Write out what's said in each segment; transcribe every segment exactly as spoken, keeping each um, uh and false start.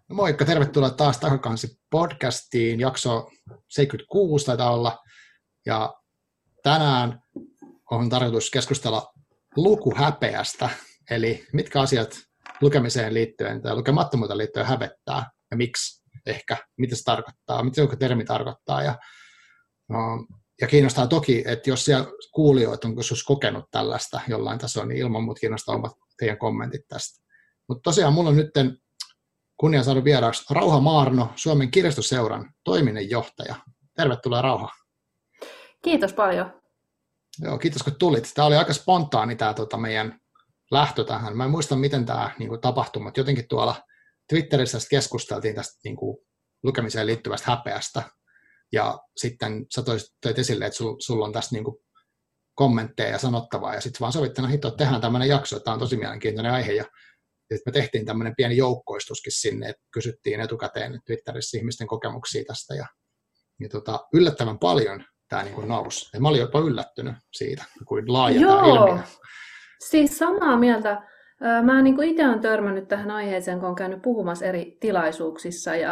No moikka, tervetuloa taas Takakansi podcastiin, jakso seitsemänkymmentäkuusi taitaa olla, ja tänään on tarkoitus keskustella lukuhäpeästä, eli mitkä asiat lukemiseen liittyen tai lukemattomuuteen liittyen hävettää, ja miksi ehkä, mitä se tarkoittaa, mitä joku termi tarkoittaa, ja, no, ja kiinnostaa toki, että jos siellä kuulijoit on joskus kokenut tällaista jollain tasolla, niin ilman muuta kiinnostaa omat teidän kommentit tästä. Mutta tosiaan mulla on nyt kunnia saada vieraaksi Rauha Maarno, Suomen kirjastoseuran toiminnanjohtaja. Tervetuloa, Rauha. Kiitos paljon. Joo, kiitos kun tulit. Tämä oli aika spontaani tämä tota, meidän lähtö tähän. Mä en muista, miten tämä niin kuin, tapahtui, mutta jotenkin tuolla Twitterissä keskusteltiin tästä niin kuin, lukemiseen liittyvästä häpeästä. Ja sitten sä toit esille, että sul, sulla on tästä niin kuin, kommentteja ja sanottavaa. Ja sitten vaan sovittiin, että tehdään tämmöinen jakso, että tämä on tosi mielenkiintoinen aihe. Ja sitten me tehtiin tämmöinen pieni joukkoistuskin sinne, että kysyttiin etukäteen Twitterissä ihmisten kokemuksia tästä, ja, ja tota, yllättävän paljon tämä niin kuin nousi. Ja mä olin jopa yllättynyt siitä, kuin laaja tämä ilmiö. Siis samaa mieltä. Mä niin kuin itse olen törmännyt tähän aiheeseen, kun olen käynyt puhumassa eri tilaisuuksissa. Ja,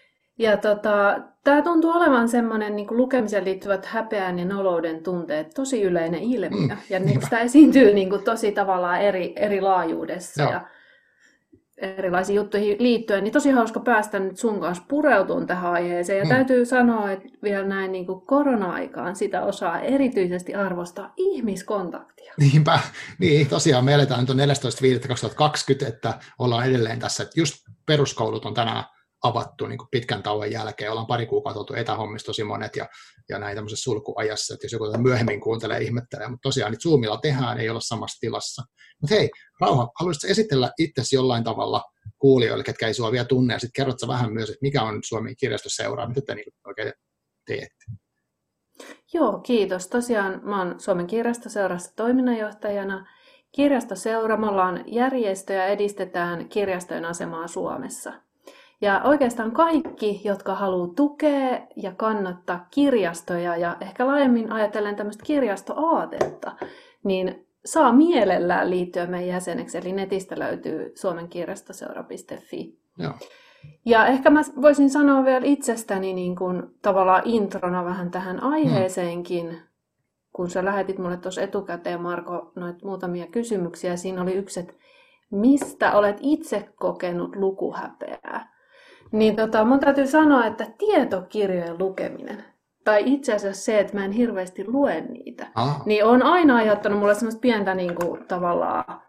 ja tota, tämä tuntuu olevan semmoinen niin kuin lukemiseen liittyvät häpeän ja nolouden tunteet, tosi yleinen ilmiö. Mm, ja niin sitä esiintyy niin kuin tosi tavallaan eri, eri laajuudessa. Joo. Ja erilaisiin juttuihin liittyen, niin tosi hauska päästä nyt sun kanssa pureutumaan tähän aiheeseen. Ja hmm. täytyy sanoa, että vielä näin niin kuin korona-aikaan sitä osaa erityisesti arvostaa ihmiskontaktia. Niinpä, niin tosiaan me eletään nyt on neljästoista viidettä kaksituhattakaksikymmentä, että ollaan edelleen tässä, että just peruskoulut on tänään avattu niin kuin pitkän tauon jälkeen, ollaan pari kuukautta oltu etähommissa tosi monet ja, ja näin tämmöisessä sulkuajassa, että jos joku myöhemmin kuuntelee, ihmettelee, mutta tosiaan nyt Zoomilla tehdään, ei olla samassa tilassa. Mutta hei, Rauha, haluaisitko esitellä itsesi jollain tavalla kuulijoille, ketkä ei sua vielä tunne, ja sitten kerrotko vähän myös, että mikä on Suomen kirjastoseura, mitä te niin oikein teette? Joo, kiitos. Tosiaan mä oon Suomen kirjastoseurassa toiminnanjohtajana. Kirjastoseura, me ollaan järjestö ja edistetään kirjastojen asemaa Suomessa. Ja oikeastaan kaikki, jotka haluaa tukea ja kannattaa kirjastoja ja ehkä laajemmin ajatellen tämmöistä kirjastoaatetta, niin saa mielellään liittyä meidän jäseneksi. Eli netistä löytyy suomenkirjastoseura piste fi. Joo. Ja ehkä mä voisin sanoa vielä itsestäni niin kuin tavallaan introna vähän tähän aiheeseenkin, hmm. kun sä lähetit mulle tuossa etukäteen, Marko, noita muutamia kysymyksiä. Siinä oli yksi, että mistä olet itse kokenut lukuhäpeää? Niin tota, mun täytyy sanoa, että tietokirjojen lukeminen, tai itse asiassa se, että mä en hirveästi lue niitä, ah. niin on aina aiheuttanut mulle semmoista pientä niin kuin, tavallaan,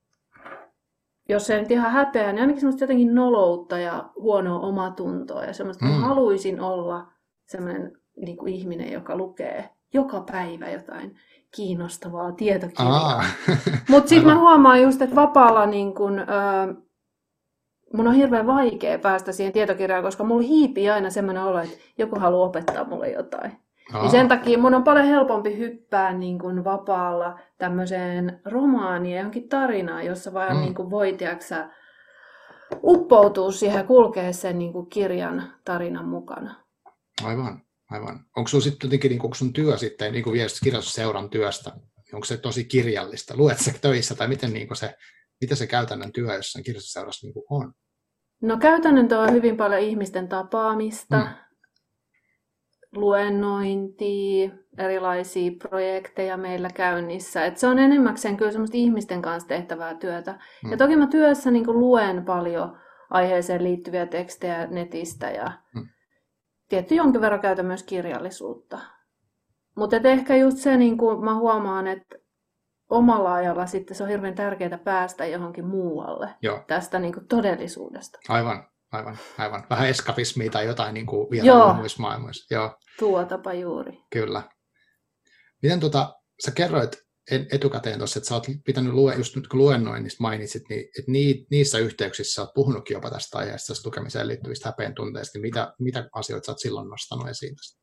jos ei nyt ihan häpeää, niin ainakin semmoista jotenkin noloutta ja huonoa omatuntoa, ja semmoista, mm. haluaisin olla semmoinen niin kuin ihminen, joka lukee joka päivä jotain kiinnostavaa tietokirjaa. Ah. Mutta sitten mä huomaan just, että vapaalla niin kun, ö, mun on hirveän vaikea päästä siihen tietokirjaan, koska mulla hiipii aina semmoinen olo, että joku haluaa opettaa mulle jotain. Ah. Ja sen takia mun on paljon helpompi hyppää niin kun vapaalla tämmöiseen romaaniin ja johonkin tarinaan, jossa vaan mm. niin kun voi tiiäksä, uppoutua siihen ja kulkea sen niin kun kirjan tarinan mukana. Aivan. Aivan. Onko sun sitten jotenkin, niin onko sun työ sitten, niin kuin vielä kirjastoseuran työstä, onko se tosi kirjallista? Luet sä töissä tai miten, niin se, miten se käytännön työ jossain kirjastoseurassa niin on? No käytännön työ on hyvin paljon ihmisten tapaamista, hmm. luennointia, erilaisia projekteja meillä käynnissä. Et se on enemmäkseen kyllä semmoista ihmisten kanssa tehtävää työtä. Hmm. Ja toki mä työssä niin kuin luen paljon aiheeseen liittyviä tekstejä netistä ja hmm. tietty jonkin verran käytän myös kirjallisuutta. Mutta ehkä just se, niin kuin mä huomaan, että omalla ajalla sitten se on hirveän tärkeää päästä johonkin muualle Joo. tästä niin kuin todellisuudesta. Aivan, aivan, aivan. Vähän eskapismia tai jotain niin kuin vielä muissa maailmoissa. Joo. Tuo tapa juuri. Kyllä. Miten tota, sä kerroit etukäteen tuossa, että sä oot pitänyt lue, just nyt kun luennoinnista mainitsit, niin että niissä yhteyksissä sä oot puhunutkin jopa tästä aiheesta, tästä lukemiseen liittyvistä häpeen tunteista, niin mitä, mitä asioita sä oot silloin nostanut esiin tästä?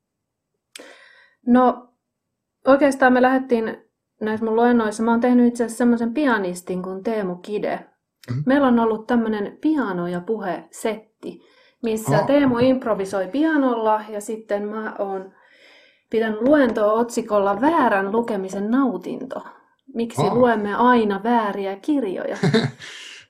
No oikeastaan me lähdettiin näissä mun luennoissa, mä oon tehnyt itse asiassa semmoisen pianistin kuin Teemu Kide. Mm-hmm. Meillä on ollut tämmöinen piano- ja puhe-setti, missä oh. Teemu improvisoi pianolla ja sitten mä oon pitänyt luentoa otsikolla Väärän lukemisen nautinto. Miksi oh. luemme aina vääriä kirjoja?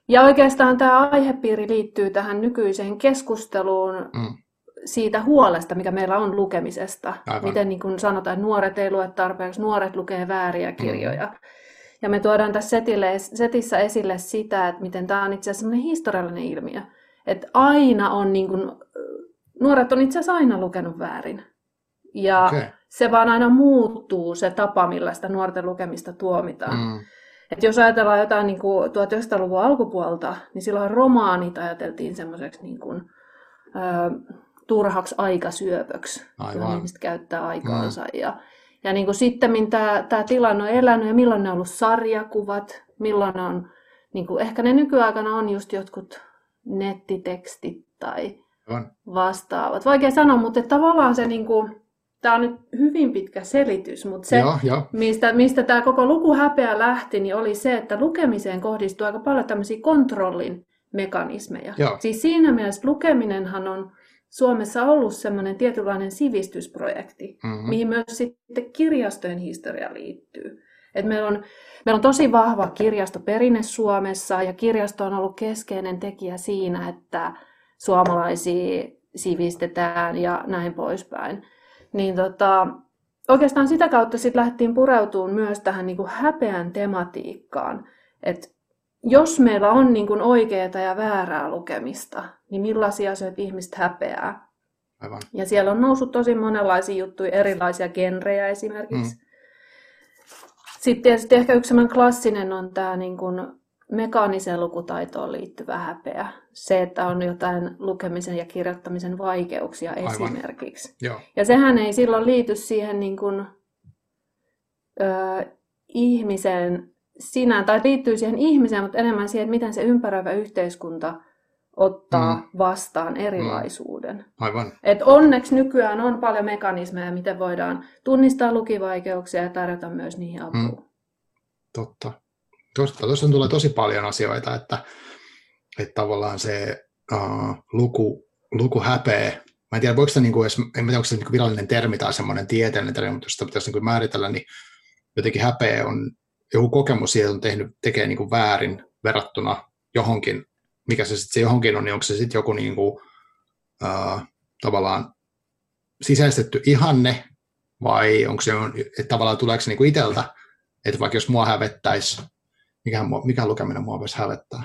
Ja oikeastaan tämä aihepiiri liittyy tähän nykyiseen keskusteluun Mm. siitä huolesta, mikä meillä on lukemisesta. Aivan. Miten niin kuin sanotaan, että nuoret ei lue tarpeeksi, nuoret lukee vääriä kirjoja. Mm. Ja me tuodaan tässä setille, setissä esille sitä, että miten tämä on itse asiassa sellainen historiallinen ilmiö. Että aina on, niin kuin, nuoret on itse asiassa aina lukenut väärin. Ja Okay. se vaan aina muuttuu se tapa, millä sitä nuorten lukemista tuomitaan. Mm. Et jos ajatellaan jotain niin kuin tuhatyhdeksänsataaluvun alkupuolta, niin silloin romaanit ajateltiin semmoiseksi niin kuin, ö, turhaksi aikasyöpöksi, Aivan. johon ihmiset käyttää aikaansa. Mm. Ja, ja niin kuin sittemmin tämä, tämä tilanne on elänyt, ja milloin ne on ollut sarjakuvat, milloin ne on, niin kuin, ehkä ne nykyaikana on just jotkut nettitekstit tai Aivan. vastaavat. Vaikea sanoa, mutta tavallaan se, niin kuin, tämä on nyt hyvin pitkä selitys, mutta se, Joo, jo. mistä, mistä tämä koko lukuhäpeä lähti, niin oli se, että lukemiseen kohdistuu aika paljon tämmöisiä kontrollin mekanismeja. Joo. Siis siinä mielessä lukeminenhan on Suomessa ollut semmoinen tietynlainen sivistysprojekti, Mm-hmm. mihin myös sitten kirjastojen historia liittyy. Et meillä, on, meillä on tosi vahva kirjastoperinne Suomessa, ja kirjasto on ollut keskeinen tekijä siinä, että suomalaisia sivistetään ja näin poispäin. Niin tota, oikeastaan sitä kautta sitten lähdettiin pureutumaan myös tähän niin kuin häpeän tematiikkaan. Että jos meillä on niin kuin oikeaa ja väärää lukemista, niin millaisia asioita ihmiset häpeää. Aivan. Ja siellä on noussut tosi monenlaisia juttuja, erilaisia genrejä esimerkiksi. Mm. Sitten tietysti ehkä yksi sellainen klassinen on tämä niin kuin mekaaniseen lukutaitoon liittyvä häpeä. Se, että on jotain lukemisen ja kirjoittamisen vaikeuksia Aivan. esimerkiksi. Joo. Ja sehän ei silloin liity siihen niin kuin, ö, ihmisen sinään, tai liittyy siihen ihmiseen, mutta enemmän siihen, että miten se ympäröivä yhteiskunta ottaa mm. vastaan erilaisuuden. Mm. Aivan. Et onneksi nykyään on paljon mekanismeja, miten voidaan tunnistaa lukivaikeuksia ja tarjota myös niihin apua. Mm. Totta. Tuosta, tuosta tulee tosi paljon asioita, että, että tavallaan se uh, luku, luku häpeä. Mä en tiedä, voiko se, niin kuin, en tiedä, onko se niin kuin virallinen termi tai semmoinen tieteellinen termi, mutta jos sitä pitäisi niin kuin määritellä, niin jotenkin häpeä on joku kokemus siitä, on tehnyt, tekee niin kuin väärin verrattuna johonkin, mikä se sitten se johonkin on, niin onko se sitten joku niin kuin, uh, tavallaan sisäistetty ihanne, vai onko se, että tavallaan tuleeko se niin kuin itseltä, että vaikka jos mua hävettäisi, mikä, mikä lukeminen mua voisi hävettää.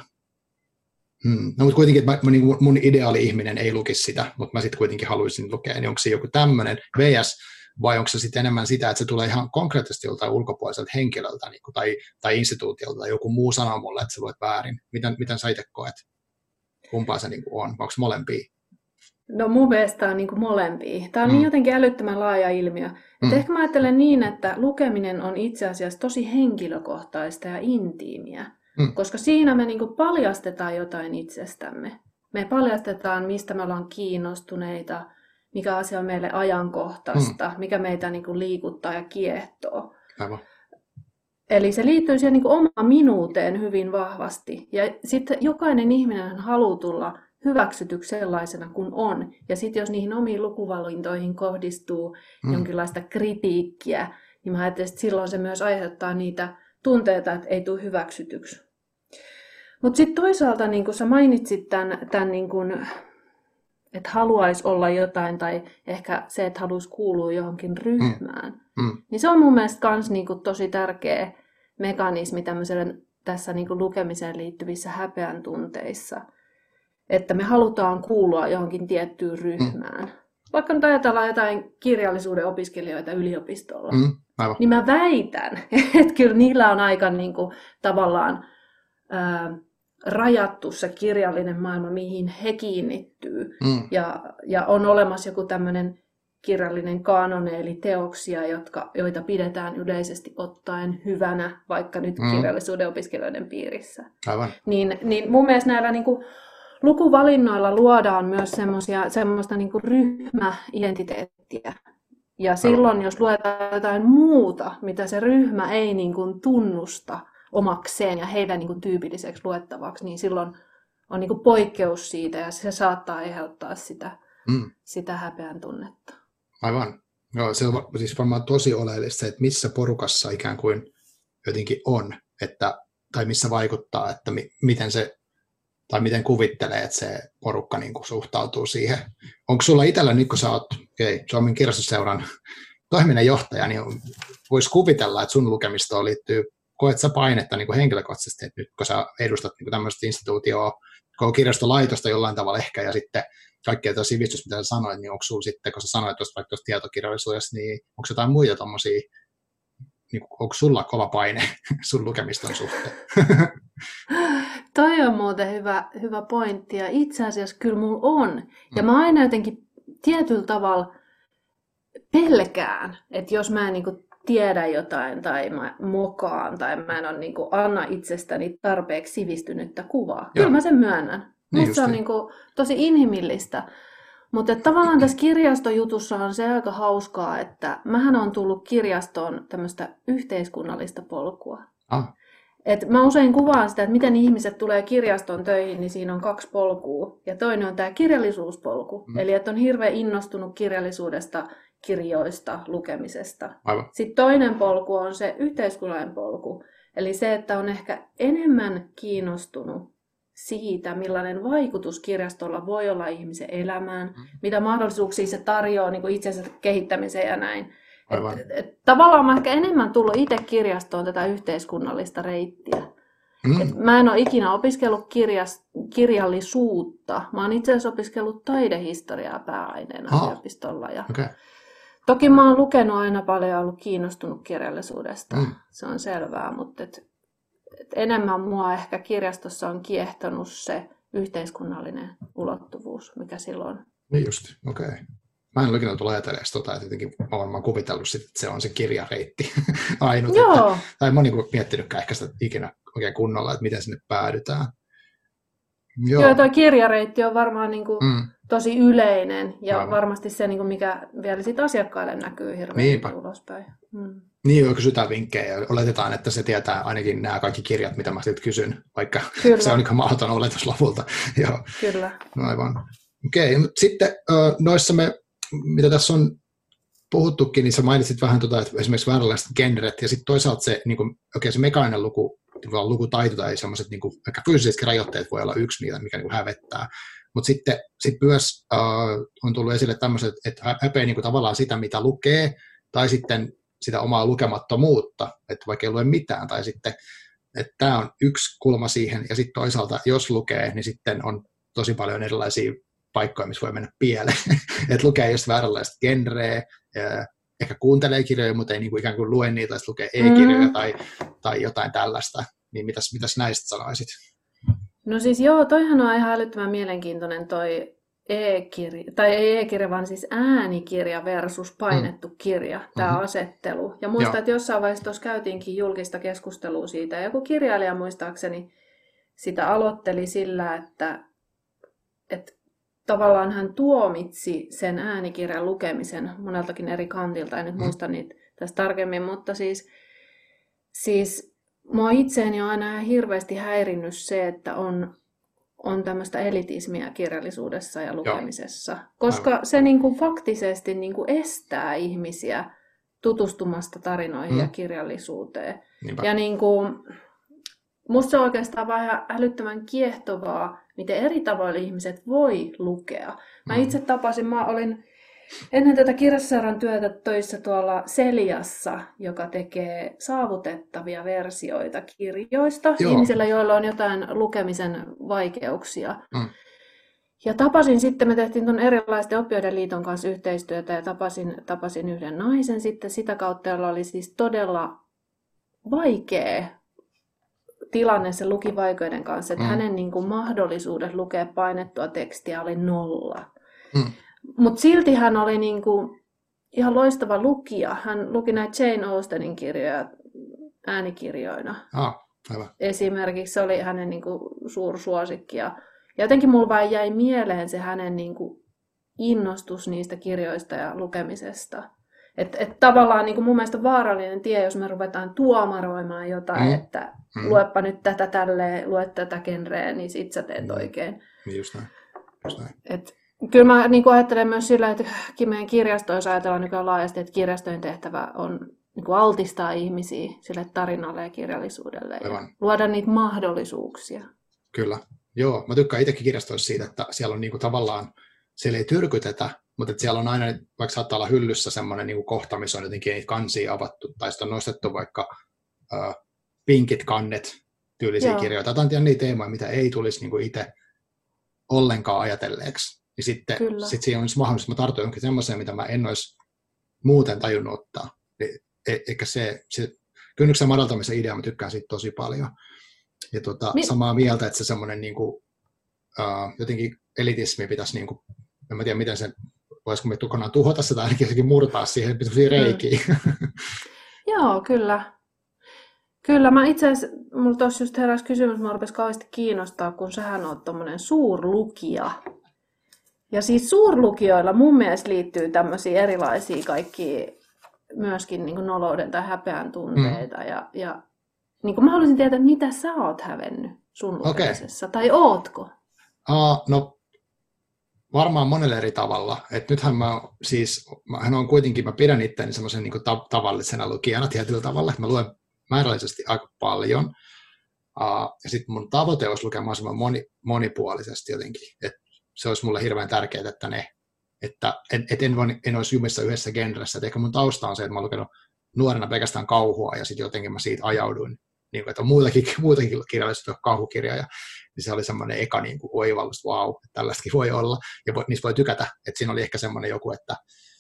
Hmm. No mutta kuitenkin, että mä, niin mun ideaali ihminen ei lukisi sitä, mutta mä sitten kuitenkin haluaisin lukea, niin onko se joku tämmöinen V S, vai onko se sitten enemmän sitä, että se tulee ihan konkreettisesti joltain ulkopuoliselta henkilöltä niin kuin, tai, tai instituutiolta, tai joku muu sanoo mulle, että sä luet väärin. Miten, miten sä itse koet? Kumpaa se niin kuin on? Onko molempia? No mun mielestä on niin kuin molempia. Tämä on Mm. niin jotenkin älyttömän laaja ilmiö. Mm. Ehkä mä ajattelen niin, että lukeminen on itse asiassa tosi henkilökohtaista ja intiimiä, Mm. koska siinä me niin kuin paljastetaan jotain itsestämme. Me paljastetaan, mistä me ollaan kiinnostuneita, mikä asia on meille ajankohtaista, mm. mikä meitä niin kuin liikuttaa ja kiehtoo. Aivan. Eli se liittyy siihen niin kuin omaan minuuteen hyvin vahvasti. Ja sitten jokainen ihminen haluaa tulla hyväksytyksi sellaisena kuin on. Ja sitten jos niihin omiin lukuvalintoihin kohdistuu mm. jonkinlaista kritiikkiä, niin mä ajattelen, että silloin se myös aiheuttaa niitä tunteita, että ei tule hyväksytyksi. Mutta sitten toisaalta, niin kun sä mainitsit tämän, tämän niin kun, että haluaisi olla jotain, tai ehkä se, että haluaisi kuulua johonkin ryhmään, Mm. Mm. niin se on mun mielestä myös niin kun tosi tärkeä mekanismi tämmöiselle, tässä niin kun lukemiseen liittyvissä häpeän tunteissa. Että me halutaan kuulua johonkin tiettyyn ryhmään. Mm. Vaikka nyt ajatellaan jotain kirjallisuuden opiskelijoita yliopistolla, Mm. Aivan. niin mä väitän, että kyllä niillä on aika niin kuin, tavallaan ää, rajattu se kirjallinen maailma, mihin he kiinnittyy. Mm. Ja, ja on olemassa joku tämmöinen kirjallinen kaanone, eli teoksia, jotka, joita pidetään yleisesti ottaen hyvänä, vaikka nyt Mm. kirjallisuuden opiskelijoiden piirissä. Aivan. Niin, niin mun mielestä näillä niin kuin, lukuvalinnoilla luodaan myös semmosia, semmoista niin kuin ryhmäidentiteettiä. Ja silloin, jos luetaan jotain muuta, mitä se ryhmä ei niin kuin tunnusta omakseen ja heidän niin kuin tyypilliseksi luettavaksi, niin silloin on niin kuin poikkeus siitä ja se saattaa aiheuttaa sitä, Mm. sitä häpeän tunnetta. Aivan. Joo, se on siis varmaan tosi oleellista se, että missä porukassa ikään kuin jotenkin on, että, tai missä vaikuttaa, että mi, miten se tai miten kuvittelee, että se porukka niin kuin suhtautuu siihen. Onko sulla itsellä, nyt kun sä oot okay, Suomen kirjastoseuran toiminnanjohtaja, niin voisi kuvitella, että sun lukemistoon liittyy, koet sä painetta niin kuin henkilökohtaisesti, että nyt kun sä edustat niin kuin tämmöistä instituutioa, koko kirjastolaitosta jollain tavalla ehkä, ja sitten kaikkea tuo sivistys, mitä sä sanoit, niin onko sulla sitten, kun sä sanoit tuosta vaikka tuosta tietokirjallisuudesta, niin onko jotain muita tommosia, niin onko sulla kova paine sun lukemiston suhteen? Toi on muuten hyvä, hyvä pointti, ja itse asiassa kyllä mulla on. Ja mä aina jotenkin tietyllä tavalla pelkään, että jos mä en niinku tiedä jotain tai mä mokaan tai mä en ole niinku anna itsestäni tarpeeksi sivistynyttä kuvaa. Joo. Kyllä mä sen myönnän. Niin musta se on niinku tosi inhimillistä. Mutta tavallaan tässä kirjastojutussa on se aika hauskaa, että mähän on tullut kirjastoon tämmöistä yhteiskunnallista polkua. Ah. Et mä usein kuvaan sitä, että miten ihmiset tulee kirjaston töihin, niin siinä on kaksi polkua. Ja toinen on tämä kirjallisuuspolku. Mm. Eli että on hirveän innostunut kirjallisuudesta, kirjoista, lukemisesta. Aivan. Sitten toinen polku on se yhteiskunnallinen polku. Eli se, että on ehkä enemmän kiinnostunut siitä, millainen vaikutus kirjastolla voi olla ihmisen elämään, mm. mitä mahdollisuuksia se tarjoaa niin kuin itsensä kehittämiseen ja näin. Et, et, tavallaan mä ehkä enemmän tullut itse kirjastoon tätä yhteiskunnallista reittiä. Mm. Et mä en ole ikinä opiskellut kirjas, kirjallisuutta. Mä oon itse asiassa opiskellut taidehistoriaa pääaineena oh. yliopistolla. Ja okay. Toki mä oon lukenut aina paljon ja ollut kiinnostunut kirjallisuudesta. Mm. Se on selvää, mutta et, et enemmän mua ehkä kirjastossa on kiehtonut se yhteiskunnallinen ulottuvuus, mikä silloin. Niin just, okei. Okay. Mä en ole ikinä tullut ajatelleeksi tota, että jotenkin olen kuvitellut, sit, että se on se kirjareitti ainut. Että, tai mä oon niin miettinytkään ehkä sitä ikinä oikein kunnolla, että miten sinne päädytään. Joo, Joo tuo kirjareitti on varmaan niin kuin mm. tosi yleinen ja Aivan. varmasti se, niin kuin mikä vielä sit asiakkaille näkyy hirveän ulospäin. Mm. Niin, jo kysytään vinkkejä ja oletetaan, että se tietää ainakin nämä kaikki kirjat, mitä mä siltä kysyn, vaikka Kyllä. se on niin mahdoton oletus lopulta. Joo. Kyllä. No aivan. Okei, okay, mutta sitten noissa me mitä tässä on puhuttukin, niin sä mainitsit vähän tuota, että esimerkiksi vääränlaiset genret, ja sitten toisaalta se, niin kuin, okay, se mekaaninen luku, lukutaito tai sellaiset niin ehkä fyysisetkin rajoitteet voi olla yksi niitä, mikä niin kuin hävettää. Mutta sitten sit myös äh, on tullut esille tämmöiset, että häpeä niin kuin tavallaan sitä, mitä lukee, tai sitten sitä omaa lukemattomuutta, että vaikka ei lue mitään, tai sitten, että tämä on yksi kulma siihen, ja sitten toisaalta, jos lukee, niin sitten on tosi paljon erilaisia paikkoja, missä voi mennä pieleen. Että lukee just vääränlaista genreä, ehkä kuuntelee kirjoja, mutta ei niin kuin ikään kuin lue niitä, tai lukee e-kirjoja mm. tai, tai jotain tällaista. Niin mitäs, mitäs näistä sanoisit? No siis joo, toihan on ihan älyttömän mielenkiintoinen toi e-kirja, tai ei e-kirja, vaan siis äänikirja versus painettu mm. kirja, tämä mm-hmm. asettelu. Ja muistan, että jossain vaiheessa tuossa käytiinkin julkista keskustelua siitä, ja joku kirjailija muistaakseni sitä aloitteli sillä, että, että tavallaan hän tuomitsi sen äänikirjan lukemisen moneltakin eri kantilta, en nyt muista niitä tästä tarkemmin, mutta siis, siis mua itseäni on aina hirveästi häirinnyt se, että on, on tämmöistä elitismiä kirjallisuudessa ja lukemisessa, Joo. koska Aivan. se niin kuin faktisesti niin kuin estää ihmisiä tutustumasta tarinoihin mm. ja kirjallisuuteen. Niinpä. Ja niin kuin, musta se on oikeastaan vähän älyttömän kiehtovaa, miten eri tavoilla ihmiset voi lukea. Mä itse tapasin, mä olin ennen tätä kirjaseuran työtä töissä tuolla Seliassa, joka tekee saavutettavia versioita kirjoista Joo. ihmisillä, joilla on jotain lukemisen vaikeuksia. Mm. Ja tapasin sitten, me tehtiin tuon erilaisten oppijoiden liiton kanssa yhteistyötä ja tapasin, tapasin yhden naisen sitten sitä kautta, jolla oli siis todella vaikea tilanne sen lukivaikeuden kanssa, että mm. hänen niin kuin, mahdollisuudet lukea painettua tekstiä oli nolla. Mm. Mutta silti hän oli niin kuin, ihan loistava lukija. Hän luki näitä Jane Austenin kirjoja äänikirjoina. Ah, aivan. Esimerkiksi se oli hänen niin kuin, suursuosikki. Ja jotenkin mulla vain jäi mieleen se hänen niin kuin, innostus niistä kirjoista ja lukemisesta. Että et tavallaan niin kuin mun mielestä vaarallinen tie, jos me ruvetaan tuomaroimaan jotain, mm. että mm. luepa nyt tätä tälleen, lue tätä genreä, niin sit sä teet mm. oikein. Niin just näin. Just näin. Et, kyllä mä niin kuin ajattelen myös sillä, että meidän kirjastoissa ajatellaan nykyään laajasti, että kirjastojen tehtävä on niin kuin altistaa ihmisiä sille tarinalle ja kirjallisuudelle Aivan. ja luoda niitä mahdollisuuksia. Kyllä. Joo, mä tykkään itsekin kirjastoissa siitä, että siellä on niinku tavallaan, siellä ei tyrkytetä, mutta että siellä on aina, vaikka saattaa olla hyllyssä semmoinen niinku kohta, missä on jotenkin niitä kansia avattu, tai sitten on nostettu vaikka äh, pinkit kannet tyylisiä Joo. kirjoja. Tai on niitä teemoja, mitä ei tulisi niinku itse ollenkaan ajatelleeksi. Niin sitten sit siihen olisi mahdollisuus, että mä tartun jonkin semmoiseen, mitä mä en olisi muuten tajunnut ottaa. E- eikä se, se kynnyksen madaltamisen idea, mä tykkään siitä tosi paljon. Ja tuota, Mi- samaa mieltä, että se semmoinen niin kuin, uh, jotenkin elitismi pitäisi, niin kuin, en mä tiedä miten se, voisiko me kokonaan tuhota sitä, ainakin jotenkin murtaa siihen reikiin. Mm. Joo, kyllä. Kyllä, mä itse asiassa, mulla tuossa just heräsi kysymys, mä rupesi kauheasti kiinnostaa, kun sähän oot tommonen suurlukija. Ja siis suurlukijoilla mun mielestä liittyy tämmöisiä erilaisia kaikkia myöskin niin kuin nolouden tai häpeän tunteita. Mm. Ja, ja niin kuin mä haluaisin tietää, mitä sä oot hävennyt sun lukemisessa, okay. Tai ootko? Uh, no varmaan monella eri tavalla. Et nythän mä siis, mähän on kuitenkin, mä pidän itteni semmoisen niin kuin ta- tavallisena lukijana tietyllä tavalla, että mä luen määrällisesti aika paljon. Uh, ja sitten mun tavoite olisi lukea mahdollisimman moni, monipuolisesti jotenkin. Et se olisi mulle hirveän tärkeää, että ne, että et, et en, voi, en olisi jumissa yhdessä genressä. Et ehkä mun tausta on se, että mä oon lukenut nuorena pelkästään kauhua, ja sitten jotenkin mä siitä ajauduin, niin kuin, että on muutakin, muutakin kirjallisuutta kauhukirjoja, niin se oli semmoinen eka niin kuin oivallus, että vau, että tällaistakin voi olla, ja voi, niistä voi tykätä. Että siinä oli ehkä semmoinen joku, että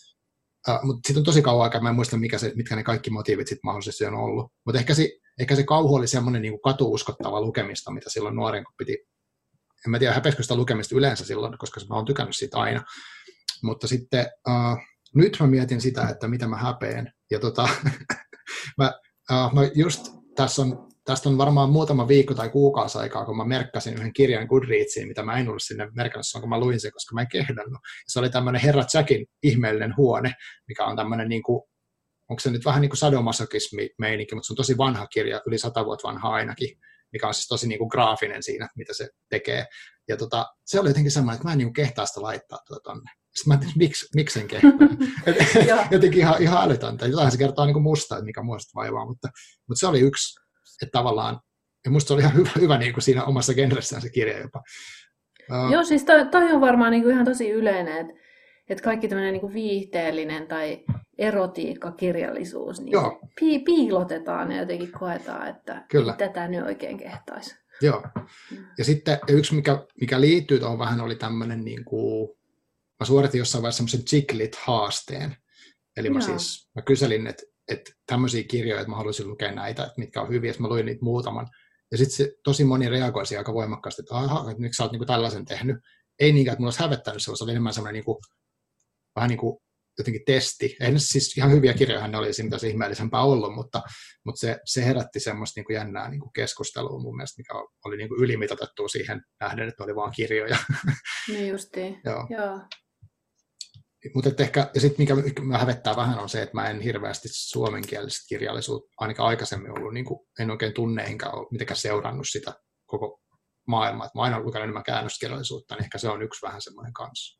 Uh, mutta sitten on tosi kauan aikaa, mä en muista, mikä se, mitkä ne kaikki motiivit sitten mahdollisesti on ollut. Mutta ehkä, ehkä se kauhu oli semmoinen niinku katuuskottava lukemista, mitä silloin nuoren, kun piti, en mä tiedä, häpeisikö sitä lukemista yleensä silloin, koska mä oon tykännyt siitä aina. Mutta sitten uh, nyt mä mietin sitä, että mitä mä häpeen. Ja tota, mä, uh, mä just, tässä on, tästä on varmaan muutama viikko tai kuukausi aikaa, kun mä merkkasin yhden kirjan Goodreadsiin, mitä mä en ollut sinne merkannut, kun mä luin sen, koska mä en kehdannut. Se oli tämmöinen Herra Jackin ihmeellinen huone, mikä on tämmöinen, niin kuin, onko se nyt vähän niin kuin sadomasokismi-meininki, mutta se on tosi vanha kirja, yli sata vuotta vanha ainakin, mikä on siis tosi niin kuin graafinen siinä, mitä se tekee. Ja tota, se oli jotenkin semmoinen, että mä en niin kuin kehtaa sitä laittaa tuota tonne. Sitten mä ajattelin, että miksi, miksi en kehtaa? Jotenkin ihan, ihan älytöntä. Jotain se kertoo niin kuin musta, että mikä mua sitä vaivaa, mutta, mutta se oli yksi, että tavallaan, ja musta se oli ihan hyvä, hyvä niin kuin siinä omassa genressään se kirja jopa. Uh, Joo, siis toi, toi on varmaan niin kuin ihan tosi yleinen, että, että kaikki tämmöinen niin kuin viihteellinen tai erotiikkakirjallisuus niin pi- piilotetaan ja jotenkin koetaan, että Kyllä. tätä nyt oikein kehtaisi. Joo. Ja sitten yksi, mikä, mikä liittyy tuohon vähän, oli tämmöinen, niin kuin, mä suoritin jossain vaiheessa semmoisen Chicklit-haasteen. Eli mä Joo. siis mä kyselin, että, että tämmöisiä kirjoja, että mä haluaisin lukea näitä, että mitkä on hyviä, että mä luin niitä muutaman. Ja sitten se tosi moni reagoisi aika voimakkaasti, että aha, että miksi sä oot niin kuin tällaisen tehnyt. Ei niinkään, että mulla olisi hävettänyt se, se oli enemmän semmoinen niin kuin, vähän niin kuin jotenkin testi. Ei ne siis ihan hyviä kirjoja, ne oli siinä mitään ihmeellisempää ollut, mutta, mutta se, se herätti semmoista niin kuin jännää niin kuin keskustelua mun mielestä, mikä oli niin kuin ylimitoitettua siihen nähden, että oli vaan kirjoja. Niin justiin, joo. joo. Mutta ehkä, ja sitten mikä, mikä mä hävettää vähän on se, että mä en hirveästi suomenkielistä kirjallisuutta ainakaan aikaisemmin ollut, niin kuin, en oikein tunne enkä ole mitenkään seurannut sitä koko maailmaa. Mä aina olen lukenut enemmän käännöskirjallisuutta, niin ehkä se on yksi vähän semmoinen kanssa.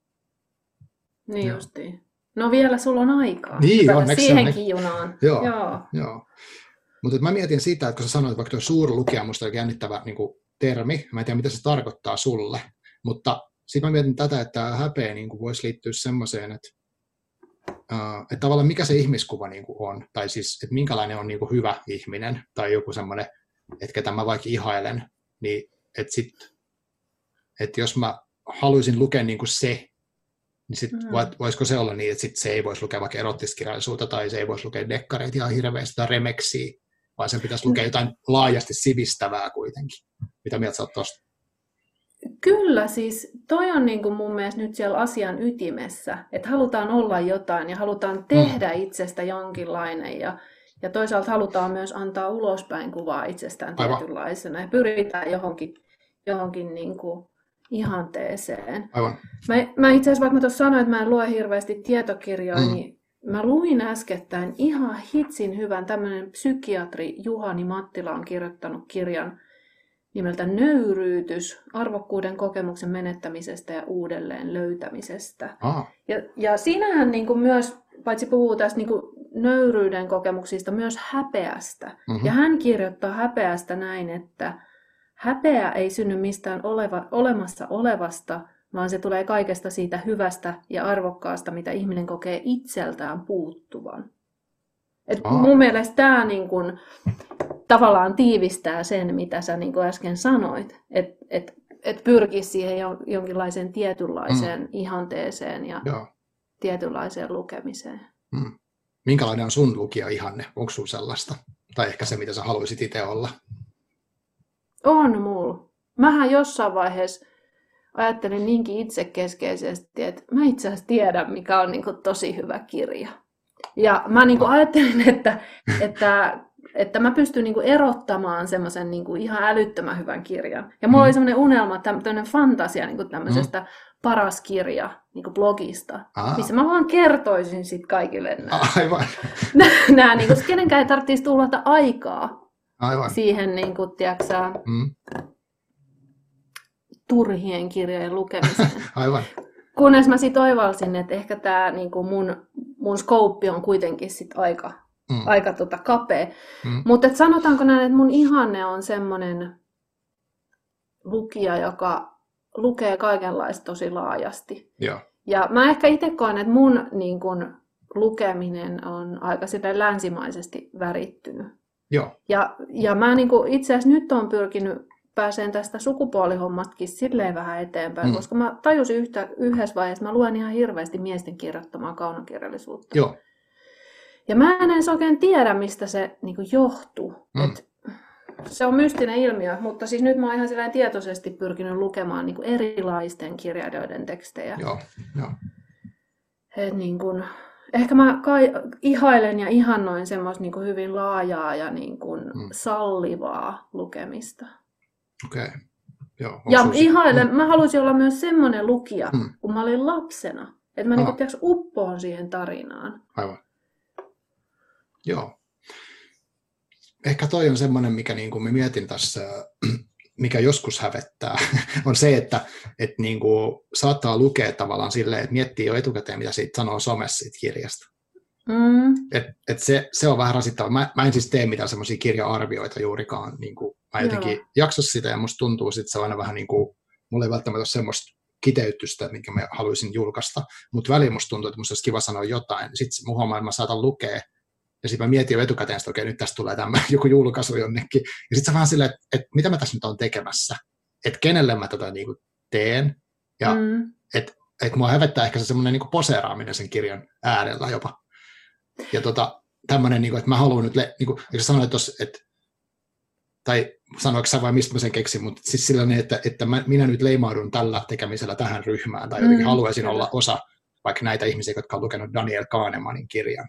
Niin joo. justiin. No vielä sulla on aikaa. Niin, on, siihenkin junaan. Joo, joo. joo. Mutta mä mietin sitä, että kun sä sanoit, että vaikka tuo suurlukija musta on jännittävä niin kuin termi, mä en tiedä mitä se tarkoittaa sulle, mutta sitten mä mietin tätä, että tämä häpeä niin kuin voisi liittyä semmoiseen, että, uh, että tavallaan mikä se ihmiskuva niin kuin on, tai siis, että minkälainen on niin kuin hyvä ihminen, tai joku semmoinen, että ketä mä vaikka ihailen, niin että sitten, että jos mä haluaisin lukea niin kuin se, niin sit mm. voisiko se olla niin, että sit se ei voisi lukea vaikka erotiskirjallisuutta, tai se ei voisi lukea dekkareita ihan hirveästi tai remeksiä, vaan sen pitäisi lukea jotain laajasti sivistävää kuitenkin. Mitä mieltä sä oot tosta? Kyllä, siis toi on niin kuin mun mielestä nyt siellä asian ytimessä, että halutaan olla jotain ja halutaan tehdä mm. itsestä jonkinlainen ja, ja toisaalta halutaan myös antaa ulospäin kuvaa itsestään Aivan. tietynlaisena ja pyritään johonkin, johonkin niin kuin ihanteeseen. Aivan. Mä, mä itse asiassa, vaikka mä tuossa sanoin, että mä en lue hirveästi tietokirjoja, mm. niin mä luin äskettäin ihan hitsin hyvän, tämmöinen psykiatri Juhani Mattila on kirjoittanut kirjan nimeltä Nöyryytys, arvokkuuden kokemuksen menettämisestä ja uudelleen löytämisestä. Ah. Ja, ja siinähän niin kuin myös, paitsi puhuu tästä niin kuin nöyryyden kokemuksista, myös häpeästä. Mm-hmm. Ja hän kirjoittaa häpeästä näin, että häpeä ei synny mistään oleva, olemassa olevasta, vaan se tulee kaikesta siitä hyvästä ja arvokkaasta, mitä ihminen kokee itseltään puuttuvan. Et Aa. mun mielestä tämä niin kun, tavallaan tiivistää sen, mitä sä niin kun äsken sanoit, että et, et pyrkisi siihen jonkinlaiseen tietynlaiseen mm. ihanteeseen ja Joo. tietynlaiseen lukemiseen. Mm. Minkälainen on sun lukija-ihanne? Onko sun sellaista? Tai ehkä se, mitä sä haluaisit itse olla? On mulla. Mähän jossain vaiheessa ajattelin niinkin itsekeskeisesti, että mä itse asiassa tiedän, mikä on niin kuin tosi hyvä kirja. Ja mä niin kuin ajattelin, että, että, että mä pystyn niin kuin erottamaan semmoisen niin kuin ihan älyttömän hyvän kirjan. Ja mulla mm. oli semmoinen unelma, tämmöinen fantasia niin kuin tämmöisestä mm. paras kirja niin kuin blogista, Aa. missä mä vaan kertoisin sit kaikille nämä. Aivan. nämä niin kuin, kenenkään ei tarvitsisi tuhlata aikaa Aivan. siihen niin kuin, tiiäksä, mm. turhien kirjojen lukemiseen. Aivan. Kunnes mä sit oivalsin, että ehkä tää niinku mun, mun skouppi on kuitenkin sit aika, mm. aika tota kapea. Mm. Mutta sanotaanko näin, että mun ihanne on semmonen lukija, joka lukee kaikenlaista tosi laajasti. Joo. Ja mä ehkä itse koen, että mun niin kun, lukeminen on aika sitä länsimaisesti värittynyt. Joo. Ja, ja mä niin kun, itse asiassa nyt oon pyrkinyt pääseen tästä sukupuolihommatkin silleen vähän eteenpäin, mm. koska mä tajusin yhtä, yhdessä vaiheessa, mä luen ihan hirveästi miesten kirjoittamaa kaunokirjallisuutta. Joo. Ja mä en edes oikein tiedä, mistä se niin kuin johtuu. Mm. Et se on mystinen ilmiö, mutta siis nyt mä oon ihan silleen tietoisesti pyrkinyt lukemaan niin kuin erilaisten kirjailijoiden tekstejä. Joo, joo. Et niin kuin, ehkä mä kai, ihailen ja ihannoin semmoista niin kuin hyvin laajaa ja niin kuin mm. sallivaa lukemista. Okei. Okay. Joo, ja ihailen, mm. mä haluaisin olla myös semmoinen lukija, mm. kun mä olin lapsena. Että mä niinku, tiiäks, uppoon siihen tarinaan. Aivan. Joo. Ehkä toi on semmoinen, mikä niin kuin mä mietin tässä, mikä joskus hävettää, on se, että et niin kuin saattaa lukea tavallaan silleen, että miettii jo etukäteen, mitä siitä sanoo somessa siitä kirjasta. Mm. Et, et se, se on vähän rasittavaa. Mä, mä en siis tee mitään semmoisia kirja-arvioita juurikaan. Niin kuin, mä jotenkin Joo. jaksa sitä ja musta tuntuu, että se on aina vähän niin kuin, mulla ei välttämättä ole semmoista kiteytystä, minkä mä haluaisin julkaista, mutta väliin musta tuntuu, että musta olisi kiva sanoa jotain. Sitten mun huomaa, että mä saatan lukea ja sitten mä mietin jo etukäteen, että okei, nyt tästä tulee tämä joku julkaisu jonnekin. Ja sitten se vähän silleen, että, että mitä mä tässä nyt on tekemässä, että kenelle mä tätä niin kuin teen ja mm. että, että mua hävettää ehkä se semmoinen niin kuin poseeraaminen sen kirjan äärellä jopa. Ja tota, tämmöinen, niin kuin, että mä haluan nyt, le- niin kuin, eikö sä sanoit tuossa, että, tai sanoiko sä vai mistä mä sen keksin, mutta siis sellainen, että, että mä, minä nyt leimaudun tällä tekemisellä tähän ryhmään, tai jotenkin mm, haluaisin kyllä. olla osa vaikka näitä ihmisiä, jotka on lukenut Daniel Kahnemanin kirjan.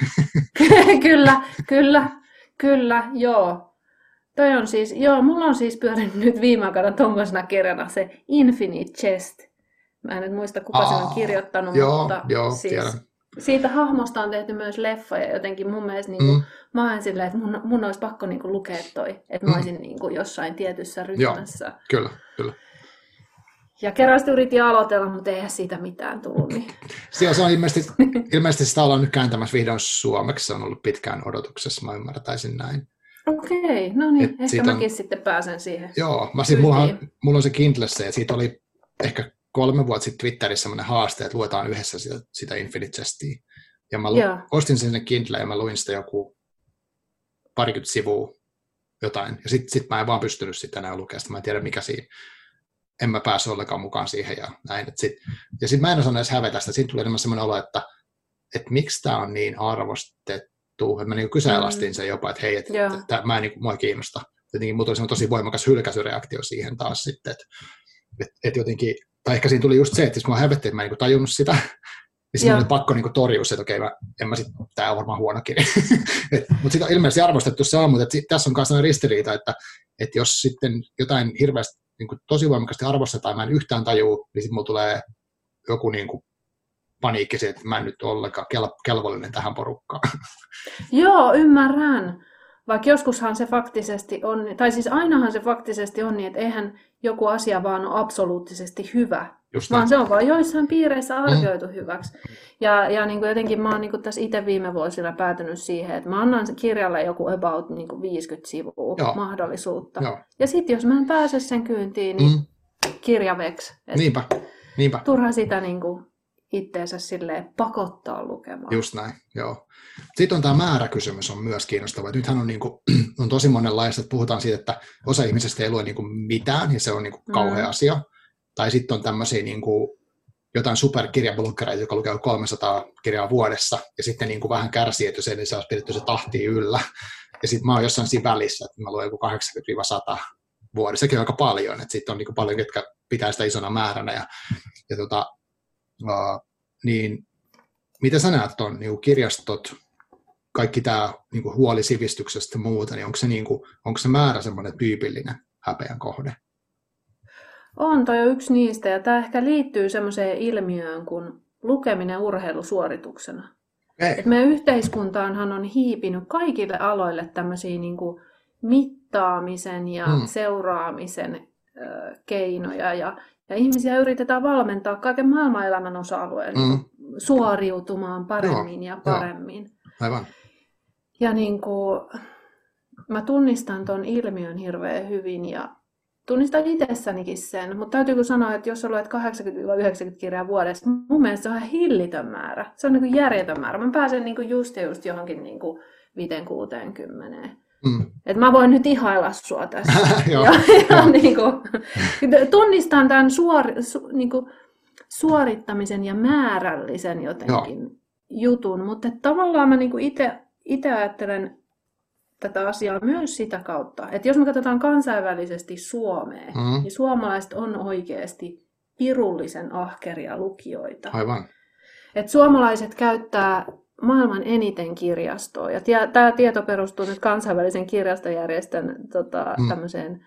kyllä, kyllä, kyllä, joo. Toi on siis, joo, mulla on siis pyörinyt nyt viime aikoina tuommoisena kirjana se Infinite Chest. Mä en nyt muista, kuka Aa, sen on kirjoittanut, joo, mutta joo, siis siitä hahmosta on tehty myös leffa, ja jotenkin mun mielestä niin kuin, mm. mä olen silleen, että mun, mun olisi pakko niin kuin lukea toi, että mä olisin niin kuin jossain tietyssä ryhmässä. Joo, kyllä, kyllä. Ja kerran sitten yritin aloitella, mutta eihän siitä mitään tullut. Niin. Se on ilmeisesti, ilmeisesti sitä ollaan nyt kääntämässä vihdoin suomeksi, se on ollut pitkään odotuksessa, mä ymmärtäisin näin. Okei, no niin, Et ehkä mäkin on, sitten pääsen siihen. Joo, mä siis, mulla, on, mulla on se Kindlessä, ja siitä oli ehkä kolme vuotta sitten Twitterissä sellainen haaste, että luetaan yhdessä sitä, sitä Infinite Chestia. Ja mä lu, ostin sen sinne Kindleen ja mä luin sitä joku parikymmentä sivua jotain. Ja sitten sit mä en vaan pystynyt sitä enää lukemaan, mä en tiedä mikä siinä. En mä päässyt ollenkaan mukaan siihen ja näin. Et sit, ja sitten mä en osannut edes hävetä sitä. Siitä tuli enemmän semmoinen olo, että, että miksi tämä on niin arvostettu. Et mä niinku kyseenalaistin mm. sen jopa, että hei, et, et, et, mä en niinku, mua kiinnosta. Jotenkin mulla tuli tosi voimakas hylkäisyreaktio siihen taas sitten, että et, et jotenkin, tai ehkä siinä tuli just se, että siis mua hävetti, että mä en niinku tajunnut sitä. Ja sitten oli pakko niinku torjua se, että okei, mä, en mä sit, tää on varmaan huono kirja. Mutta sitten on ilmeisesti arvostettu se on, mutta et, tässä on myös sellainen ristiriita, että et jos sitten jotain hirveästi niin kuin tosi voimakkaasti arvostetaan, mä en yhtään tajuu, niin sitten mulla tulee joku niin kuin paniikki siitä, että mä en nyt ole ollenkaan kel- kelvollinen tähän porukkaan. Joo, ymmärrän. Vaikka joskushan se faktisesti on, tai siis ainahan se faktisesti on niin, että eihän joku asia vaan on absoluuttisesti hyvä, Just vaan näin. se on vaan joissain piireissä arvioitu mm. hyväksi. Ja, ja niin kuin jotenkin mä oon niin kuin tässä itse viime vuosina päätynyt siihen, että mä annan kirjalle joku about niin kuin viisikymmentä sivua Joo. mahdollisuutta. Joo. Ja sitten jos mä en pääse sen kyyntiin, niin mm. kirja veks. Niinpä, niinpä. Turha sitä niin kuin itteensä silleen pakottaa lukemaan. Just näin, joo. Sitten on tämä määräkysymys on myös kiinnostava. Nythän on, niin kuin, on tosi monenlaista, että puhutaan siitä, että osa ihmisistä ei lue niin kuin mitään, ja se on niin kuin kauhea mm. asia. Tai sitten on tämmöisiä niin kuin, jotain superkirjabloggereita, joka lukee kolmesataa kirjaa vuodessa, ja sitten niin kuin vähän kärsii, että jos ei saisi pidetty se tahtia yllä. Ja sitten mä oon jossain siinä välissä, että mä luen joku kahdeksankymmentä sata vuodessa. Sekin on aika paljon, että sitten on niin kuin paljon, ketkä pitää sitä isona määränä. Ja, ja tota, uh, niin mitä sä näet on niin kirjastot, kaikki tämä niin huoli sivistyksestä ja muuta, niin onko se, niin kuin, onko se määrä semmoinen tyypillinen häpeän kohde? On, toi on yksi niistä, ja tämä ehkä liittyy semmoiseen ilmiöön kuin lukeminen urheilusuorituksena. Et meidän yhteiskuntaanhan on hiipinyt kaikille aloille tämmöisiä niin kuin mittaamisen ja hmm. seuraamisen ö, keinoja, ja, ja ihmisiä yritetään valmentaa kaiken maailman elämän osa-alueella hmm. suoriutumaan paremmin Joo, ja paremmin. Jo. Aivan. Ja niin kuin, mä tunnistan ton ilmiön hirveän hyvin, ja tunnistan itsessänikin sen, mutta täytyykö sanoa, että jos sä luet kahdeksankymmentä yhdeksänkymmentä kirjaa vuodessa, mun mielestä se on ihan hillitön määrä. Se on niin kuin järjetön määrä. Mä pääsen niin kuin just ja just johonkin niin kuin viisi kuusikymmentä. Mm. Että mä voin nyt ihailla sua tässä. ja, ja niin kuin, tunnistan tämän suori, su, niin kuin suorittamisen ja määrällisen jotenkin Joo. jutun, mutta tavallaan mä niin kuin itse ajattelen tätä asiaa myös sitä kautta, että jos me katsotaan kansainvälisesti Suomea, mm. niin suomalaiset on oikeasti pirullisen ahkeria lukijoita. Aivan. Et suomalaiset käyttää maailman eniten kirjastoa, ja tie, tämä tieto perustuu nyt kansainvälisen kirjastojärjestön tota, mm. tämmöiseen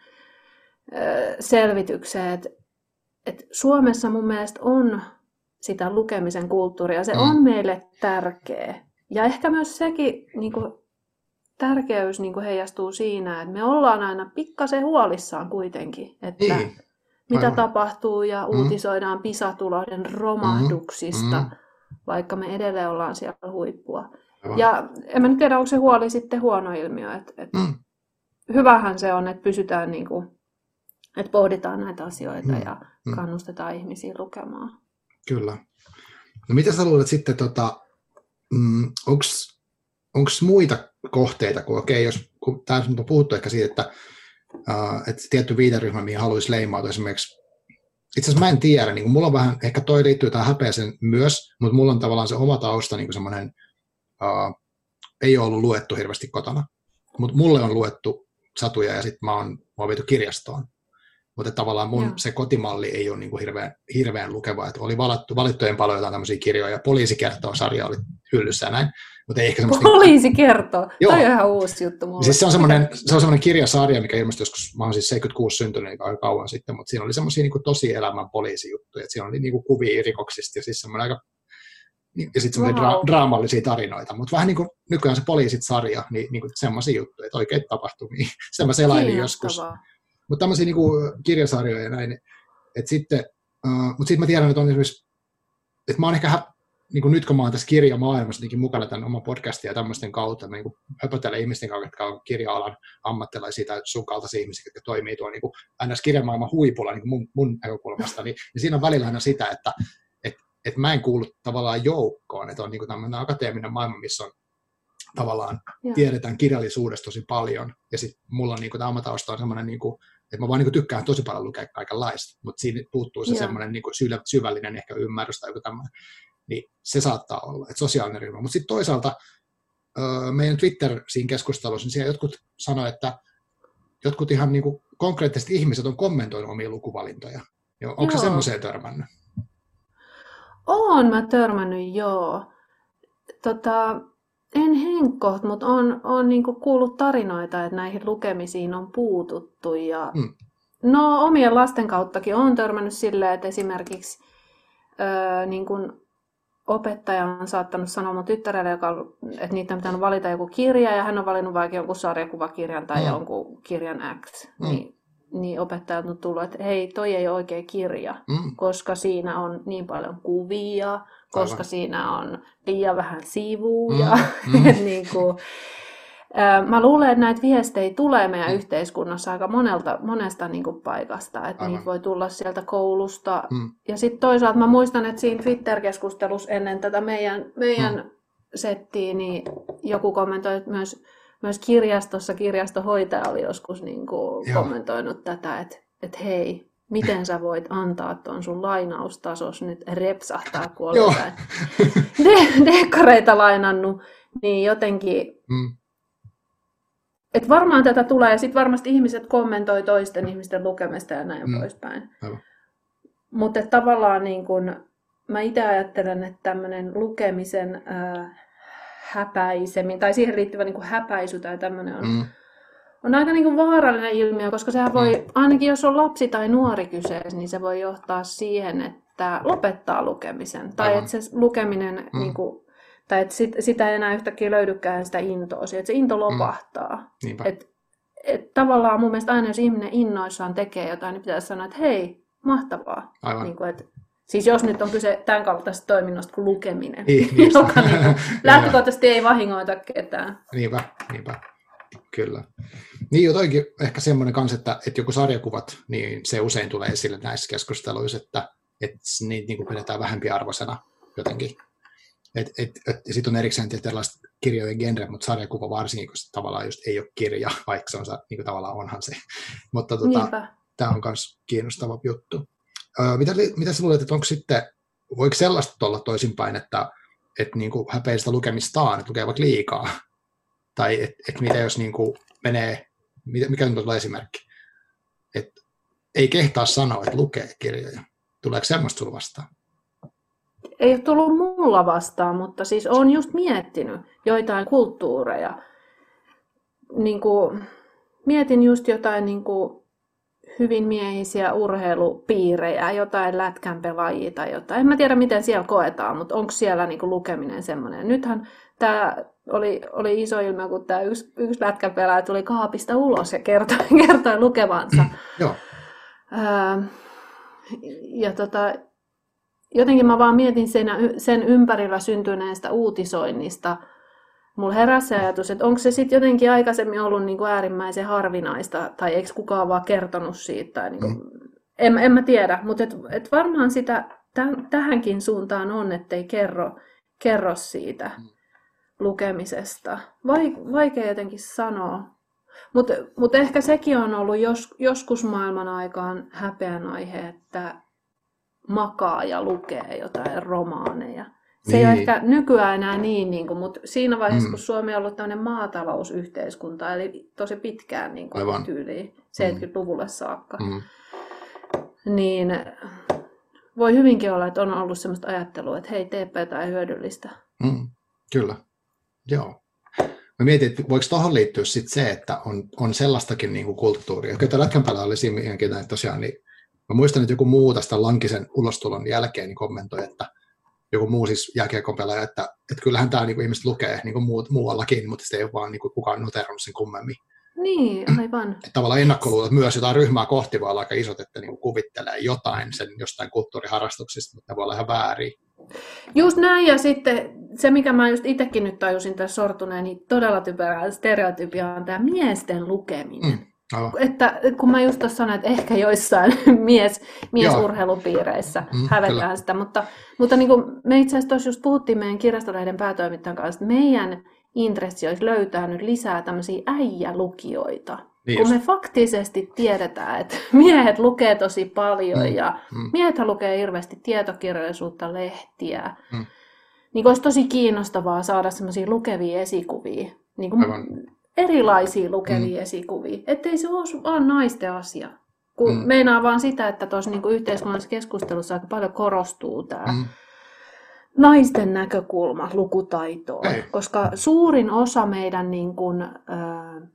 ö, selvitykseen, että et Suomessa mun mielestä on sitä lukemisen kulttuuria, se mm. on meille tärkeä. Ja ehkä myös sekin niin kuin, tärkeys niin kuin heijastuu siinä, että me ollaan aina pikkasen huolissaan kuitenkin, että niin. mitä tapahtuu ja uutisoidaan PISA-tulosten romahduksista, mm. vaikka me edelleen ollaan siellä huippua. Aivan. Ja en mä nyt tiedä, onko se huoli sitten huono ilmiö. Että, että mm. hyvähän se on, että pysytään, niin kuin, että pohditaan näitä asioita mm. ja mm. kannustetaan ihmisiä lukemaan. Kyllä. No mitä sä luulet sitten, tota, mm, onko muita kohteita, kun okei, jos kun täällä on puhuttu ehkä siitä, että, uh, että tietty viiteryhmä, mihin haluaisi leimautua esimerkiksi. Itse asiassa mä en tiedä, niin mulla on vähän, ehkä toi liittyy tähän häpeeseen myös, mutta mulla on tavallaan se oma tausta niin semmoinen, uh, ei ole ollut luettu hirveästi kotona, mutta mulle on luettu satuja ja sitten mä oon, mä oon viety kirjastoon. Mutta tavallaan mun Joo. se kotimalli ei ole niin kuin hirveän, hirveän lukeva, että oli valittu, valittujen paljon jotain tämmöisiä kirjoja, Poliisi kertoo -sarja oli hyllyssä ja näin. Mutta ei ehkä Poliisi kertoo? Joo. Toi on ihan uusi juttu mulle. Siis se on semmoinen, se on semmoinen kirjasarja, mikä ilmestyi joskus, mä oon siis seitsemänkymmentäkuusi syntynyt, niin aika kauan sitten, mutta siinä oli semmoisia niin kuin tosielämän poliisijuttuja, että siinä oli niin kuin kuvia rikoksista ja siis semmoinen aika, ja sitten semmoisia wow. dra- draamallisia tarinoita, mutta vähän niin kuin nykyään se Poliisit-sarja, niin, niin kuin semmoisia juttuja, että oikeita tapahtumia, sen mä selailin joskus. Mutta tämmöisiä niin kuin kirjasarjoja ja näin, että sitten, uh, mutta sitten mä tiedän, että on esimerkiksi, että mä oon ehkä niin kuin nyt kun mä oon tässä kirjamaailmassa mukana tämän oman podcastin ja tämmöisten kautta, mä niin höpötelen ihmisten kanssa, jotka on kirja-alan ammattilaisia tai sun kaltaisia ihmisiä, jotka toimii tuolla niin aina kirjamaailman huipulla niin kuin mun, mun näkökulmasta, niin, niin siinä on välillä aina sitä, että et, et mä en kuulu tavallaan joukkoon, että on niin kuin tämmöinen akateeminen maailma, missä on tavallaan ja. tiedetään kirjallisuudesta tosi paljon, ja sitten mulla on niin kuin, tämä oma tausta on semmoinen, niin kuin, että mä vaan niin kuin, tykkään tosi paljon lukea kaikenlaista, mutta siinä puuttuu se ja. semmoinen niin kuin, syvällinen ehkä ymmärrys tai joku tämmöinen. Niin se saattaa olla, että sosiaalinen ryhmä. Mutta sitten toisaalta meidän Twitter siinä keskustelussa, niin siellä jotkut sanoi, että jotkut ihan niin kuin konkreettiset ihmiset on kommentoinut omia lukuvalintoja. Onko se semmoiseen törmännyt? Oon mä törmännyt, joo. Tota, en henkkoht, mutta on, on niin kuin kuullut tarinoita, että näihin lukemisiin on puututtu. Ja... Hmm. No omien lasten kauttakin on törmännyt silleen, että esimerkiksi öö, niin kuin opettaja on saattanut sanoa mun tyttärelle, joka, että niitä on pitänyt valita joku kirja, ja hän on valinnut vaikka jonkun sarjakuvakirjan tai mm. jonkun kirjan X. Mm. Niin niin opettajalta on tullut, että hei, toi ei ole oikea kirja, Mm. koska siinä on niin paljon kuvia, koska Aivan. siinä on liian vähän sivuja. Mm. Mm. niin kuin, ää, mä luulen, että näitä viestejä tulee meidän mm. yhteiskunnassa aika monelta, monesta niin kuin paikasta. Että niitä voi tulla sieltä koulusta. Mm. Ja sitten toisaalta mä muistan, että siinä Twitter-keskustelussa ennen tätä meidän, meidän mm. settiä, niin joku kommentoi, että myös Myös kirjastossa kirjastohoitaja oli joskus niin kuin kommentoinut tätä, että, että hei, miten sä voit antaa tuon sun lainaustasos nyt repsahtaa, kun olet de- dekkareita lainannut, niin jotenkin, mm. että varmaan tätä tulee, ja sitten varmasti ihmiset kommentoi toisten ihmisten lukemista ja näin mm. poispäin. Mutta tavallaan niin kun, mä itse ajattelen, että tämmöinen lukemisen Äh, häpäisemmin, tai siihen liittyvä niin kuin häpäisy tai tämmöinen on, mm. on aika niin kuin vaarallinen ilmiö, koska sehän voi, mm. ainakin jos on lapsi tai nuori kyseessä, niin se voi johtaa siihen, että lopettaa lukemisen. Tai Aivan. että se lukeminen, mm. niin kuin, tai että sit, sitä ei enää yhtäkkiä löydykään sitä intoa, että se into lopahtaa. Mm. Et, et tavallaan mun mielestä aina jos ihminen innoissaan tekee jotain, niin pitäisi sanoa, että hei, mahtavaa. Niin kuin, että Siis jos nyt on kyse tämän kaltaisesta toiminnosta kuin lukeminen, niin, niin, joka niin lähtökohtaisesti ei vahingoita ketään. Niinpä, niinpä. Kyllä. Niin jo toikin ehkä semmoinen kanssa, että, että joku sarjakuvat, niin se usein tulee esille näissä keskusteluissa, että, että niitä niin kuin pidetään vähempiarvoisena jotenkin. Et, et, et, ja sitten on erikseen tietysti erilaiset kirjojen genre, mutta sarjakuva varsinkin, kun se tavallaan just ei ole kirja, vaikka se on niin kuin tavallaan onhan se. Mutta tota, tämä on myös kiinnostava juttu. Mitä, mitä sä luulet, että onko sitten, voiko sellaista olla toisinpäin, että, että niin kuin häpeistä lukemistaan, että lukee vaikka liikaa? Tai että et mitä jos niin kuin menee, mikä nyt on esimerkki, että ei kehtaa sanoa, että lukee kirjoja. Tuleeko semmoista sulla vastaan? Ei ole tullut mulla vastaan, mutta siis olen just miettinyt joitain kulttuureja. Niin kuin, mietin just jotain niin kuin hyvin miehisiä urheilupiirejä, jotain lätkänpelaajia tai jotain. En mä tiedä, miten siellä koetaan, mutta onko siellä niinku lukeminen semmoinen. Nythän tämä oli, oli iso ilmiö, kun tämä yksi, yksi lätkänpelaaja tuli kaapista ulos ja kertoi, kertoi lukevansa. Joo. Ää, ja tota, jotenkin mä vaan mietin sen, sen ympärillä syntyneestä uutisoinnista. Mulla heräsi ajatus, että onko se sitten jotenkin aikaisemmin ollut niinku äärimmäisen harvinaista, tai eikö kukaan vaan kertonut siitä. Tai niinku, mm. en, en mä tiedä, mutta et, et varmaan sitä täh, tähänkin suuntaan on, ettei kerro, kerro siitä mm. lukemisesta. Vaik, vaikea jotenkin sanoa. Mutta mut ehkä sekin on ollut jos, joskus maailman aikaan häpeän aihe, että makaa ja lukee jotain romaaneja. Se niin. Ei ole ehkä nykyään enää niin, niin kuin, mutta siinä vaiheessa, mm. kun Suomi on ollut tämmöinen maatalousyhteiskunta, eli tosi pitkään niin kuin tyyliin seitsemänkymmentäluvulle saakka, mm. niin voi hyvinkin olla, että on ollut semmoista ajattelua, että hei, teepä jotain hyödyllistä. Mm. Kyllä, joo. Mä mietin, että voiko tuohon liittyä sit se, että on, on sellaistakin niin kuin kulttuuria. Kyllä lätkänpäällä oli siinä tosiaan, niin mä muistan, että joku muu tästä Lankisen ulostulon jälkeen niin kommentoi, että joku muu siis jääkiekon-pelaaja, että, että kyllähän tämä niin ihmiset lukee niin muut, muuallakin, mutta sitä ei ole vaan niin kuin, kukaan noterannut sen kummemmin. Niin, aivan. Että tavallaan ennakkoluulot myös jotain ryhmää kohti voi olla aika isot, että niin kuin kuvittelee jotain sen jostain kulttuuriharrastuksista, mutta ne voi olla ihan väärin. Just näin, ja sitten se, mikä mä just itsekin nyt tajusin tässä sortuneen, niin todella typerää stereotypia on tämä miesten lukeminen. Mm. Oh. Että kun mä just tuossa sanoin, että ehkä joissain mies, miesurheilupiireissä mm, hävetään kyllä. sitä, mutta, mutta niin kuin me itse asiassa tuossa just puhuttiin meidän kirjastolehden päätoimittajan kanssa, että meidän intressi olisi löytää nyt lisää tämmöisiä äijälukijoita. Niin kun just. Me faktisesti tiedetään, että miehet lukee tosi paljon mm, ja mm. miehet lukee hirveästi tietokirjallisuutta, lehtiä. Mm. Niin olisi tosi kiinnostavaa saada semmoisia lukevia esikuvia. Niin kuin erilaisia lukevia mm. esikuvia. Ettei se ole vaan naisten asia. Kun mm. meinaa vaan sitä, että tuossa niinku yhteiskunnallisessa keskustelussa aika paljon korostuu tämä mm. naisten näkökulma lukutaitoon. Ei. Koska suurin osa meidän niinku, äh,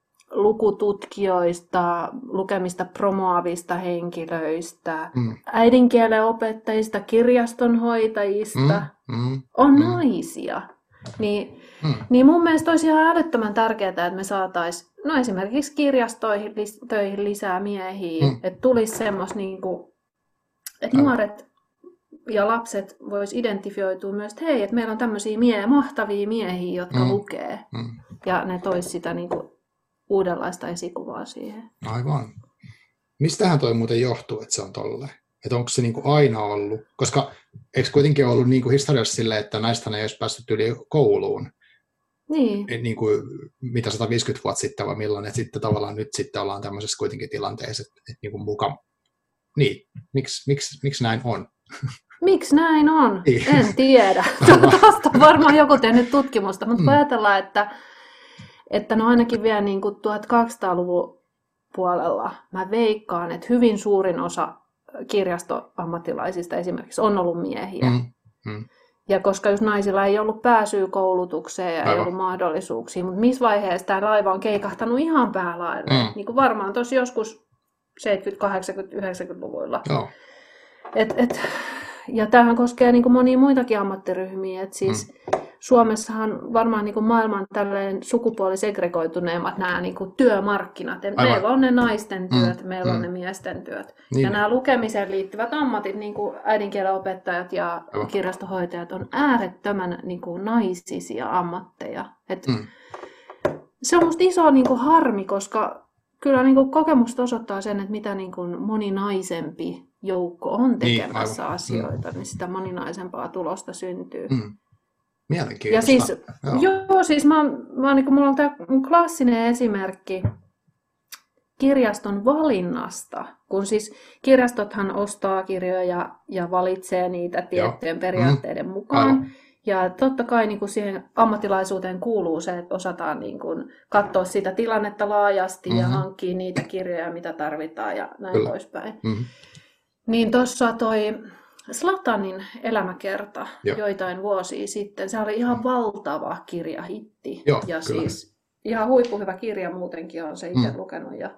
lukututkijoista, lukemista promoavista henkilöistä, mm. äidinkielen opettajista, kirjastonhoitajista mm. Mm. on mm. naisia. Niin, mm. niin mun mielestä olisi ihan älyttömän tärkeää, että me saataisiin no esimerkiksi kirjastoihin lis, töihin lisää miehiä, Mm. että tulisi semmos niinku, että Aivan. nuoret ja lapset vois identifioitua myös, että hei, että meillä on tämmöisiä mie- mahtavia miehiä, jotka Mm. lukee. Mm. Ja ne tois sitä niinku uudenlaista esikuvaa siihen. Aivan. Mistähän toi muuten johtuu, että se on tolleen? Että onko se niinku aina ollut? Koska eikö kuitenkin ollut niinku historiassa silleen, että naisethan ei olisi päässyt yli kouluun, Niin. niin kuin mitä sata viisikymmentä vuotta sitten vai milloin, että sitten tavallaan nyt sitten ollaan tämmöisessä kuitenkin tilanteessa, että, että niin kuin muka... Niin, miksi, miksi, miksi näin on? Miksi näin on? Niin. En tiedä. Tuosta on varmaan joku tehnyt tutkimusta, mutta kun ajatellaan, että, että no ainakin vielä niin kuin tuhatkaksisataaluvun puolella mä veikkaan, että hyvin suurin osa kirjastoammattilaisista esimerkiksi on ollut miehiä. Mm. Mm. Ja koska jos naisilla ei ollut pääsyä koulutukseen ja Aivan. ei ollut mahdollisuuksia, mutta missä vaiheessa tämä laiva on keikahtanut ihan päälaille? Mm. Niin kuin varmaan tuossa joskus seitsemänkymmentä-, kahdeksankymmentä-, yhdeksänkymmentäluvuilla. Joo. Et, et, ja tämähän koskee niin kuin monia muitakin ammattiryhmiä. Et siis mm. Suomessahan varmaan niin kuin maailman tälleen sukupuolisegregoituneemmat nämä niin kuin työmarkkinat. Et meillä on ne naisten työt, mm. meillä mm. on ne miesten työt. Niin. Ja nämä lukemiseen liittyvät ammatit, niin kuin äidinkielen opettajat ja Aivan. kirjastohoitajat, on äärettömän niin kuin naisisia ammatteja. Et Mm. se on musta iso niin kuin harmi, koska kyllä niin kuin kokemukset osoittaa sen, että mitä niin kuin moninaisempi joukko on tekemässä niin, asioita, mm. niin sitä moninaisempaa tulosta syntyy. Mm. Mielenkiintoista. Ja siis, joo. joo, siis mä, mä, niin kuin, mulla on tämä klassinen esimerkki kirjaston valinnasta, kun siis kirjastothan ostaa kirjoja ja valitsee niitä tiettyjen joo. periaatteiden mm. mukaan. Aivan. Ja totta kai niin kuin siihen ammattilaisuuteen kuuluu se, että osataan niin kuin katsoa sitä tilannetta laajasti mm-hmm. ja hankkia niitä kirjoja, mitä tarvitaan ja näin Kyllä. poispäin. Mm-hmm. Niin tuossa toi Zlatanin elämäkerta Joo. joitain vuosia sitten, se oli ihan mm. valtava kirjahitti. Joo, ja kyllä. siis ihan huippuhyvä kirja muutenkin on se itse mm. lukenut. Ja,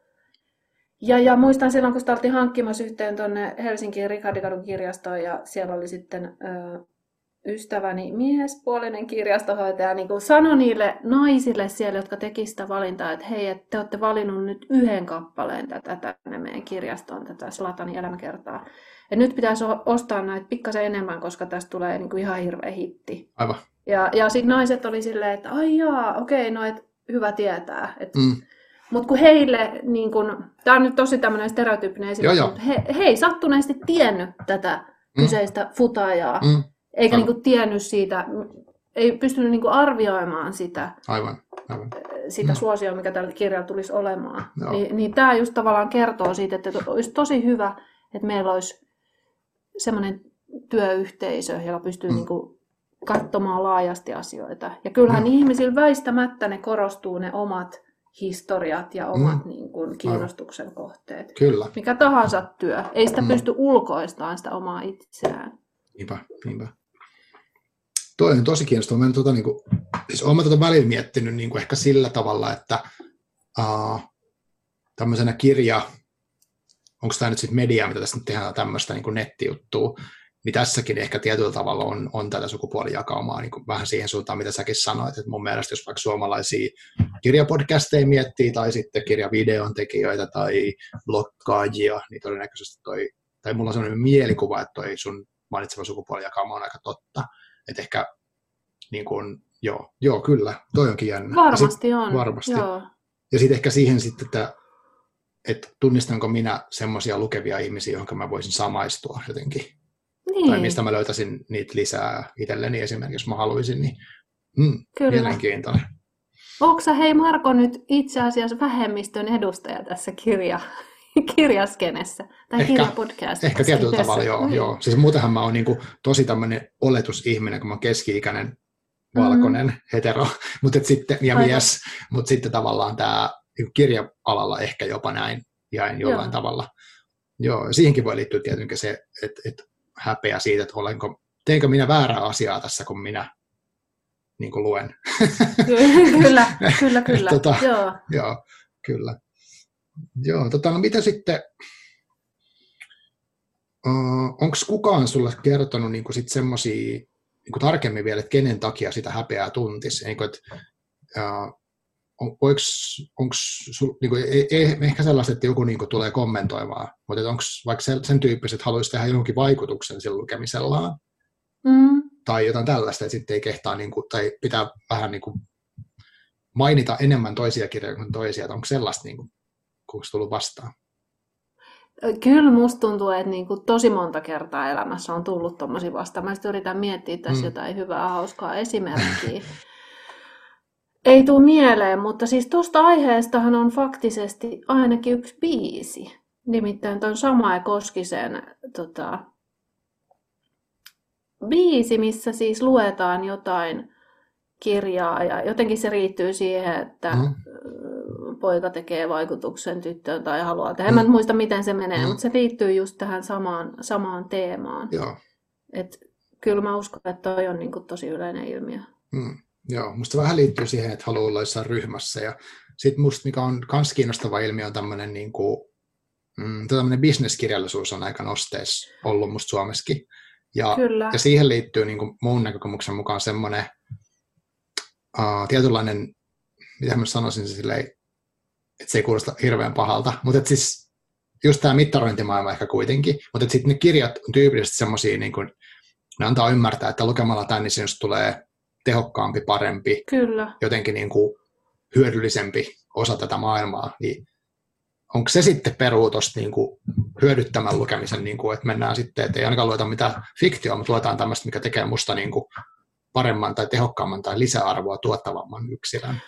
ja, ja muistan silloin, kun sitä oltiin hankkimassa yhteen tuonne Helsinkiin Rikardikadun kirjastoon ja siellä oli sitten... Ö, ystäväni miespuolinen kirjastohoitaja niin kuin sanoi niille naisille siellä, jotka teki sitä valintaa, että hei, että te olette valinnut nyt yhden kappaleen tätä tänne meidän kirjastoon, tätä Zlatanin elämäkertaa. Ja nyt pitäisi ostaa näitä pikkasen enemmän, koska tästä tulee niin kuin ihan hirveä hitti. Aivan. Ja, ja sitten naiset oli silleen, että ai jaa, okei, no et, hyvä tietää. Mm. Mutta kun heille, niin kun, tämä on nyt tosi tämmöinen stereotyyppinen esimerkki, mutta he, he ei sattuneesti tiennyt tätä mm. kyseistä futaajaa. Mm. Eikä niinku tiennyt siitä, ei pystynyt niinku arvioimaan sitä, aivan, aivan. sitä mm. suosioa, mikä tällä kirjalla tulisi olemaan. Ni, niin tämä just tavallaan kertoo siitä, että olisi tosi hyvä, että meillä olisi semmoinen työyhteisö, joka pystyy mm. niinku katsomaan laajasti asioita. Ja kyllähän mm. ihmisillä väistämättä ne korostuu ne omat historiat ja omat mm. niin kuin, kiinnostuksen aivan. kohteet. Kyllä. Mikä tahansa työ. Ei sitä mm. pysty ulkoistamaan sitä omaa itseään. Niinpä, niinpä. Toi on tosi kiinnostavaa. Mä tota, niin kuin, siis olen tota välillä miettinyt niin kuin ehkä sillä tavalla, että uh, tämmöisenä kirja, onko tämä nyt sitten media, mitä tässä nyt tehdään tämmöistä niin kuin nettijuttua, niin tässäkin ehkä tietyllä tavalla on, on tätä sukupuolijakaumaa niin kuin vähän siihen suuntaan, mitä säkin sanoit. Että mun mielestä jos vaikka suomalaisia kirjapodcasteja miettii, tai sitten kirjavideon tekijöitä tai bloggaajia, niin todennäköisesti toi, tai mulla on sellainen mielikuva, että toi sun mainitseva sukupuolijakauma on aika totta. Että ehkä, niin kuin, joo, joo, kyllä, toi onkin jännä. Varmasti sit, on, varmasti. Joo. Ja sitten ehkä siihen sitten, että, että tunnistanko minä semmoisia lukevia ihmisiä, johon mä voisin samaistua jotenkin. Niin. Tai mistä mä löytäisin niitä lisää itselleni esimerkiksi, jos mä haluaisin, niin mm, mielenkiintoinen. Onko sä, hei Marko, nyt itse asiassa vähemmistön edustaja tässä kirja, kirjaskenessä tai ehkä, kirjapodcastissa? Ehkä tietyllä tavalla, joo, joo. Siis muutenhan mä oon niinku tosi tämmöinen oletusihminen, kun mä oon keski-ikäinen, valkoinen, mm-hmm. hetero, mutta sitten, ja Aivan. mies, mutta sitten tavallaan tämä kirja-alalla ehkä jopa näin, jäin jollain joo. tavalla. Joo, siihenkin voi liittyä tietenkin se, että, että häpeä siitä, että olenko, teenkö minä väärää asiaa tässä, kun minä niin kuin luen. Kyllä, kyllä, kyllä. tota, joo. joo, kyllä. Joo, tota, no mitä sitten, uh, onko kukaan sulle kertonut niin sit semmoisia niin kuin tarkemmin vielä, että kenen takia sitä häpeää tuntisi. Niin kuin, että, uh, on, onko niin ei, ei, ehkä sellaista, että joku niin kuin, tulee kommentoimaan, mutta onko vaikka sen, sen tyyppiset haluaisi tehdä jonkin vaikutuksen sillä lukemisellaan, Mm. tai jotain tällaista, että sitten ei kehtaa, niin kuin, tai pitää vähän niin kuin, mainita enemmän toisia kirjoja kuin toisia, että onko sellaista, niin kuin, kun se tullut vastaan? Kyllä musta tuntuu, että niin kuin tosi monta kertaa elämässä on tullut tommosia vastaan. Mä sitten yritän miettiä tässä mm. jotain hyvää, hauskaa esimerkkiä. Ei tule mieleen, mutta siis tuosta aiheestahan on faktisesti ainakin yksi biisi. Nimittäin ton Samae Koskisen tota, biisi, missä siis luetaan jotain kirjaa ja jotenkin se riittyy siihen, että mm. poika tekee vaikutuksen tyttöön tai haluaa tehdä. Mm. En muista, miten se menee, mm. mutta se liittyy just tähän samaan, samaan teemaan. Joo. Et kyllä mä uskon, että toi on niinku tosi yleinen ilmiö. Mm. Joo, musta vähän liittyy siihen, että haluaa olla jossain ryhmässä. Ja sitten musta, mikä on myös kiinnostava ilmiö, on tämmöinen niinku, mm, bisneskirjallisuus on aika nosteessa ollut musta Suomessakin. Ja, ja siihen liittyy niinku mun näkökomuksen mukaan semmoinen uh, tietynlainen, mitä mä sanoisin, se silleen, että se ei kuulosta hirveän pahalta, mutta siis just tämä mittarointimaailma ehkä kuitenkin, mutta sitten ne kirjat on tyypillisesti semmoisia, niin kuin, ne antaa ymmärtää, että lukemalla tämän, niin sinusta tulee tehokkaampi, parempi, Kyllä. jotenkin niin kuin hyödyllisempi osa tätä maailmaa, niin onko se sitten peruu tuosta niin kuin hyödyttämän lukemisen, niin kuin, että mennään sitten, että ei ainakaan lueta mitään fiktioa, mutta luetaan tämmöistä, mikä tekee musta niin kuin paremman tai tehokkaamman tai lisäarvoa tuottavamman yksilön.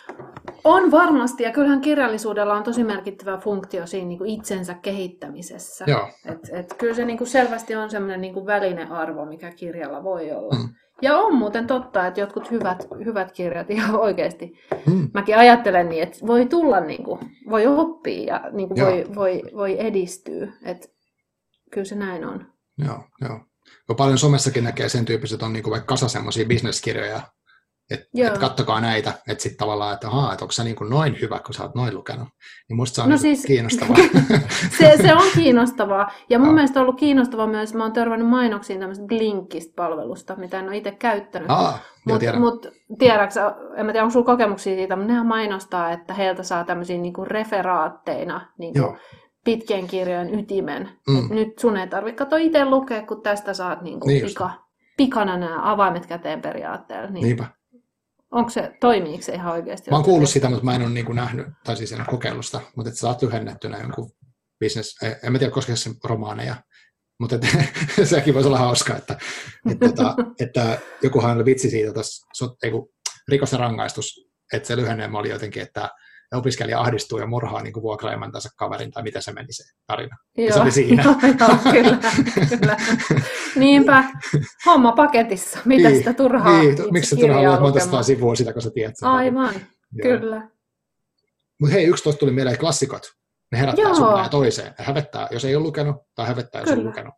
On varmasti, ja kyllähän kirjallisuudella on tosi merkittävä funktio siinä niin kuin itsensä kehittämisessä. Et, et kyllä se niin kuin selvästi on semmoinen niin kuin välinearvo, mikä kirjalla voi olla. Mm. Ja on muuten totta, että jotkut hyvät, hyvät kirjat ihan oikeasti. Mm. Mäkin ajattelen niin, että voi tulla, niin kuin, voi oppia ja niin kuin voi, voi, voi edistyä. Et kyllä se näin on. Joo, joo. Paljon somessakin näkee sen tyyppiset, että on niin kuin vaikka kasa semmoisia bisneskirjoja, että et kattokaa näitä, että sitten tavallaan, että ahaa, että onko sä niin kuin noin hyvä, kun sä oot noin lukenut. Niin musta se on no niin siis, kiinnostavaa. se, se on kiinnostavaa. Ja mun no. mielestä on ollut kiinnostavaa myös, mä oon törmännyt mainoksiin tämmöistä Blinkist-palvelusta, mitä en ole itse käyttänyt. Aa, Mutta mut, tiedätkö, en mä tiedä, onko sulla kokemuksia siitä, mutta nehän mainostaa, että heiltä saa tämmöisiä niinku referaatteina niinku pitkien kirjojen ytimen. Mm. Nyt sun ei tarvitse katsoa itse lukea, kun tästä saat niinku niin pika, pikana nämä avaimet käteen periaatteella. Niin. Niinpä. Onko se, toimiiko se ihan oikeasti? Mä oon kuullut sitä, mutta mä en ole niin kuin nähnyt, tai siis en ole kokeillut sitä, mutta että sä oot lyhennettynä jonkun business, en mä tiedä koskeeko se romaaneja, mutta että, sekin voisi olla hauskaa, että, että, että, että jokuhan oli vitsi siitä, tuossa, ei kun Rikos ja rangaistus, että se lyhenneema oli jotenkin, että opiskelija ahdistuu ja murhaa niin kuin vuokraimäntänsä kaverin, tai mitä se meni se tarina. Joo, se oli siinä. Joo, joo, kyllä, kyllä. Niinpä, homma paketissa. Mitä niin, sitä turhaa niin, miksi se turhaa luet monta sataa sivua sitä, kun sä tiedät sen. Aivan, kyllä. Mutta hei, yksi tuosta tuli mieleen, klassikot. Ne herättää joo. suuntaan ja toiseen. Ja hävettää, jos ei ole lukenut, tai hävettää, jos on lukenut.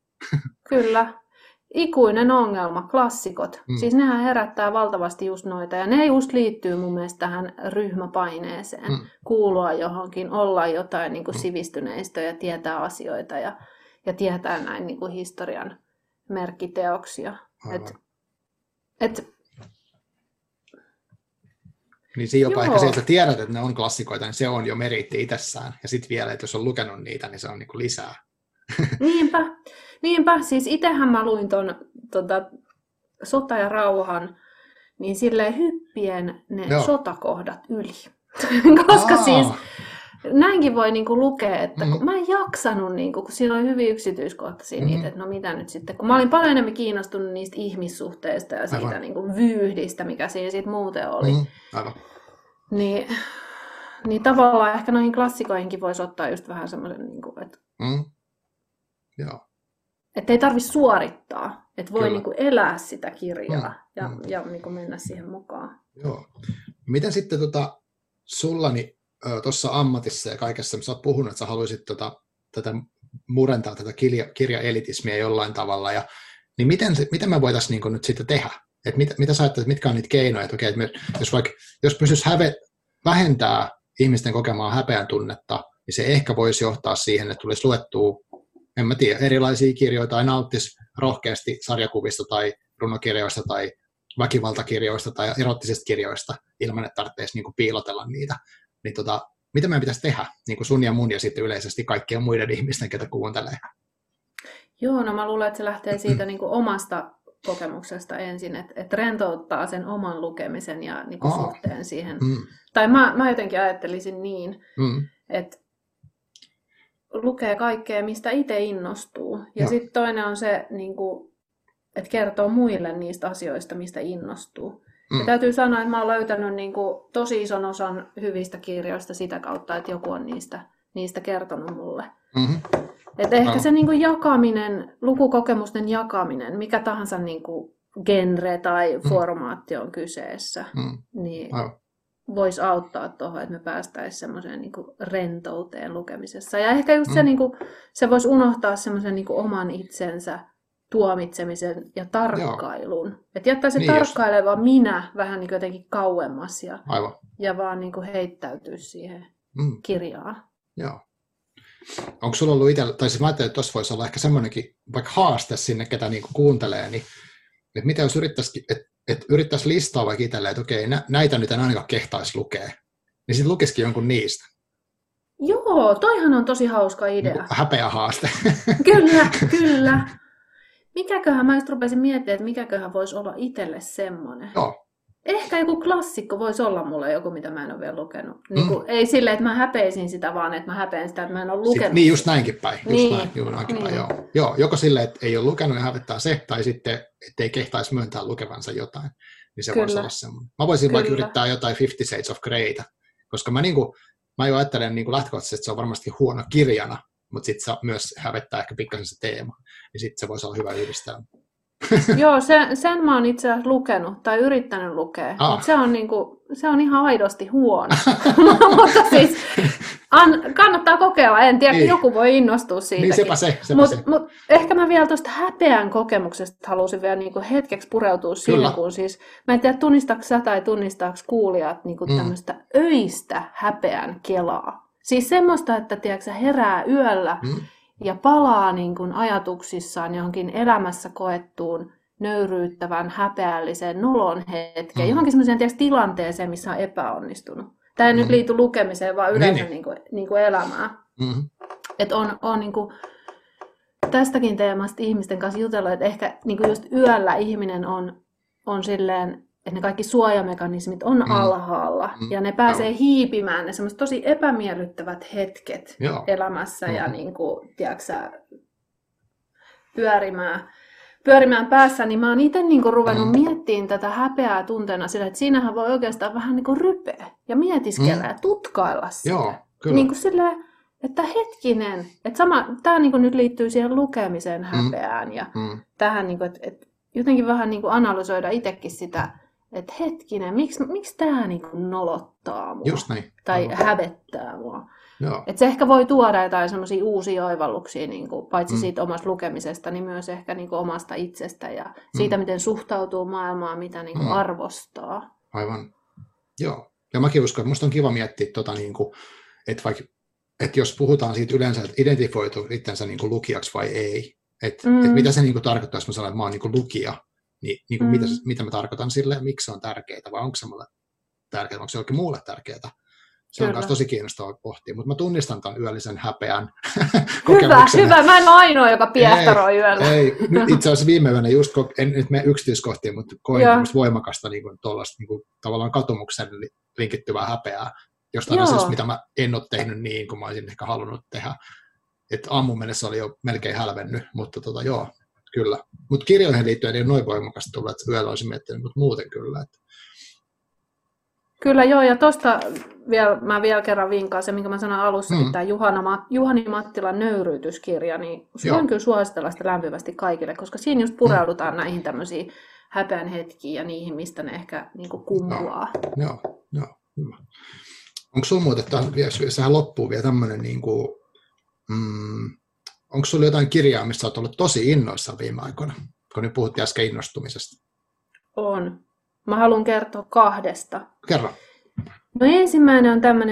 Kyllä. Ikuinen ongelma, klassikot. Mm. Siis nehän herättää valtavasti just noita. Ja ne just liittyy mun mielestä tähän ryhmäpaineeseen. Mm. Kuulua johonkin, olla jotain niin kuin mm. sivistyneistä ja tietää asioita ja, ja tietää näin niin kuin historian merkkiteoksia. Et, et, niin siinä jopa joo. ehkä se, että tiedät, että ne on klassikoita, niin se on jo meritti itsessään. Ja sitten vielä, että jos on lukenut niitä, niin se on niin kuin lisää. Niinpä. Niinpä, siis itsehän mä luin ton tota, Sota ja rauhan, niin silleen hyppien ne Joo. sotakohdat yli. Koska Aa. siis näinkin voi niinku lukea, että mm. kun mä en jaksanut, niinku, kun siinä oli hyvin yksityiskohtaisia mm. niitä, että no mitä nyt sitten, kun mä olin paljon enemmän kiinnostunut niistä ihmissuhteista ja siitä niinku vyyhdistä, mikä siinä sitten muuten oli. Mm. Aivan. Niin, niin tavallaan ehkä noihin klassikoihinkin voisi ottaa just vähän semmoisen, niinku, että mm. Joo. Että ei tarvitse suorittaa, että voi niinku elää sitä kirjaa mm. ja, mm. ja niinku mennä siihen mukaan. Joo. Miten sitten tota, sullani tuossa ammatissa ja kaikessa, sä oot puhunut, että sä haluaisit tota, tätä murentaa tätä kirja, kirjaelitismiä jollain tavalla, ja, niin miten, se, miten me voitaisiin niinku nyt sitten tehdä? Et mit, mitä sä ajattelet, mitkä on niitä keinoja? Että okei, että me, jos, vaikka, jos pystyisi häve, vähentää ihmisten kokemaa häpeän tunnetta, niin se ehkä voisi johtaa siihen, että tulisi luettua en mä tiedä, erilaisia kirjoja tai nauttisi rohkeasti sarjakuvista tai runokirjoista tai väkivaltakirjoista tai erottisista kirjoista ilman, että tarvitsisi niin kuin piilotella niitä. Niin tota, mitä meidän pitäisi tehdä niin kuin sun ja mun ja sitten yleisesti kaikkien muiden ihmisten, ketä kuuntelee? Joo, no mä luulen, että se lähtee siitä niin kuin omasta kokemuksesta ensin, että, että rentouttaa sen oman lukemisen ja niin kuin suhteen siihen. Mm. Tai mä, mä jotenkin ajattelisin niin, mm. että lukee kaikkea, mistä itse innostuu. Ja sitten toinen on se, niin kuin, että kertoo muille niistä asioista, mistä innostuu. Mm. Ja täytyy sanoa, että mä oon löytänyt niin kuin tosi ison osan hyvistä kirjoista sitä kautta, että joku on niistä, niistä kertonut mulle. Mm-hmm. Että ehkä se niin kuin jakaminen, lukukokemusten jakaminen, mikä tahansa niin kuin genre tai mm. formaatti on kyseessä, mm. niin Aivan. voisi auttaa tuohon, että me päästäisiin semmoiseen niin kuin rentouteen lukemisessa. Ja ehkä just mm. se, niin kuin, se voisi unohtaa semmoisen niin kuin oman itsensä tuomitsemisen ja tarkkailun. Että jättää se niin tarkkaileva just. minä vähän niin kuin jotenkin kauemmas ja, ja vaan niin kuin heittäytyy siihen mm. kirjaan. Joo. Onko sulla ollut itsellä, tai siis mä ajattelin, että tuossa voisi olla ehkä semmoinenkin vaikka haaste sinne, ketä niinku kuuntelee, niin että mitä jos yrittäisi, että, että yrittäisi listaa vaikka itselleen, että okei, näitä nyt en ainakaan kehtaisi lukea, niin sitten lukisikin jonkun niistä. Joo, toihan on tosi hauska idea. Niin häpeä haaste. Kyllä, kyllä. Mikäköhän, mä just rupesin miettimään, että mikäköhän voisi olla itselle semmoinen. Joo. Ehkä joku klassikko voisi olla mulle joku, mitä mä en ole vielä lukenut. Niin kuin, mm. Ei silleen, että mä häpeisin sitä, vaan että mä häpeän sitä, että mä en ole lukenut. Sitten, niin, just näinkin päin. Just niin. näin, juuri näinkin niin. päin, joo. Joo, joko silleen, että ei ole lukenut ja hävettää se, tai sitten, ettei kehtaisi myöntää lukevansa jotain. Niin se Kyllä. voisi olla semmoinen. Mä voisin Kyllä. vaikka yrittää jotain Fifty Shades of Greytä, koska mä, niin kuin, mä jo ajattelen niin kuin lähtökohtaisesti, että se on varmasti huono kirjana, mutta sitten se myös hävettää ehkä pikkasen se teema. Niin sitten se voisi olla hyvä yhdistelmä. Joo, sen, sen mä oon itse asiassa lukenut tai yrittänyt lukea, ah. mutta se on, niinku, se on ihan aidosti huono. Mutta siis an, kannattaa kokeilla, en tiedä, niin. joku voi innostua siitäkin. Niin sepä se, sepä Mutta se. mut ehkä mä vielä tuosta häpeän kokemuksesta halusin vielä niinku hetkeksi pureutua siihen, kun siis, mä en tiedä tunnistaako sä tai tunnistaako kuulijat niinku mm. tämmöistä öistä häpeän kelaa. Siis semmoista, että tiedätkö, herää yöllä, mm. ja palaa niin kuin ajatuksissaan johonkin elämässä koettuun nöyryyttävän, häpeälliseen, nolon hetkeen, mm. johonkin semmoiseen tiedätkö, tilanteeseen, missä on epäonnistunut. Tämä ei mm. nyt liity lukemiseen, vaan yleensä niin, niin kuin, niin kuin elämään. Mm. Että on, on niin kuin tästäkin teemasta ihmisten kanssa jutellut, että ehkä niin kuin just yöllä ihminen on, on silleen, että ne kaikki suojamekanismit on mm. alhaalla mm. ja ne pääsee Aivan. hiipimään, ne semmoiset tosi epämiellyttävät hetket Joo. elämässä mm. ja niin kuin, tiedätkö, pyörimään, pyörimään päässä, niin mä oon itse niin kuin ruvennut mm. miettimään tätä häpeää tunteena sillä, että siinähän voi oikeastaan vähän niin kuin rypeä ja mietiskellä mm. ja tutkailla sitä. Joo, kyllä. Niin kuin silleen, että hetkinen, että sama, tämä niin kuin nyt liittyy siihen lukemiseen häpeään mm. ja mm. tähän, niin kuin, että, että jotenkin vähän niin kuin analysoida itsekin sitä, että hetkinen, miksi, miksi tämä niinku nolottaa mua? Just näin. Tai Aivan. hävettää mua? Joo. Että se ehkä voi tuoda jotain semmoisia uusia oivalluksia, niinku, paitsi mm. siitä omasta lukemisesta, niin myös ehkä niinku omasta itsestä ja siitä, mm. miten suhtautuu maailmaan, mitä niinku mm. arvostaa. Aivan. Joo. Ja mäkin uskon, että musta on kiva miettiä, tota, niinku, että, vaikka, että jos puhutaan siitä yleensä, että identifoitu itsensä niinku lukijaksi vai ei, että mm. et mitä se niinku tarkoittaa, jos mä sanon, että mä oon niinku lukija, Niin, niin kuin mm. mitä, mitä mä tarkoitan sille, miksi se on tärkeää, vai onko se mulle tärkeää, onko se jollekin muulle tärkeää. Se Kyllä. on myös tosi kiinnostavaa pohtia, mutta mä tunnistan tämän yöllisen häpeän kokemuksena. Hyvä, hyvä. Mä en ole ainoa, joka piehtaroi yöllä. Ei, nyt itse asiassa viime yönä, just, en nyt mene yksityiskohtiin, mutta koin voimakasta niin kuin, niin kuin, tavallaan katumuksen linkittyvää häpeää, jostain Joo. asiasta, mitä mä en ole tehnyt niin, kuin mä olisin ehkä halunnut tehdä. Että aamun mennessä oli jo melkein hälvennyt, mutta tota, joo. Kyllä. Mutta kirjoihin liittyen ei ole noin voimakasta tullut, että yöllä olisin miettinyt, mutta muuten kyllä. Että... Kyllä joo, ja tuosta vielä, mä vielä kerran vinkaan se, minkä mä sanoin alussa, mm. tämä Juhana, Juhani Mattilan nöyryytyskirja, niin voin kyllä suositella sitä lämpimästi kaikille, koska siinä just pureudutaan mm. näihin tämmöisiin häpeän hetkiin ja niihin, mistä ne ehkä niin kuin kumpuaa. Joo, joo, joo, hyvä. Onko sinulla muuten, sehän loppuu vielä tämmöinen, niin kuin, mm, onko sinulla jotain kirjaa, missä olet ollut tosi innoissaan viime aikoina, kun nyt puhuttiin äsken innostumisesta? On. Mä haluan kertoa kahdesta. Kerro. No ensimmäinen on tämmöinen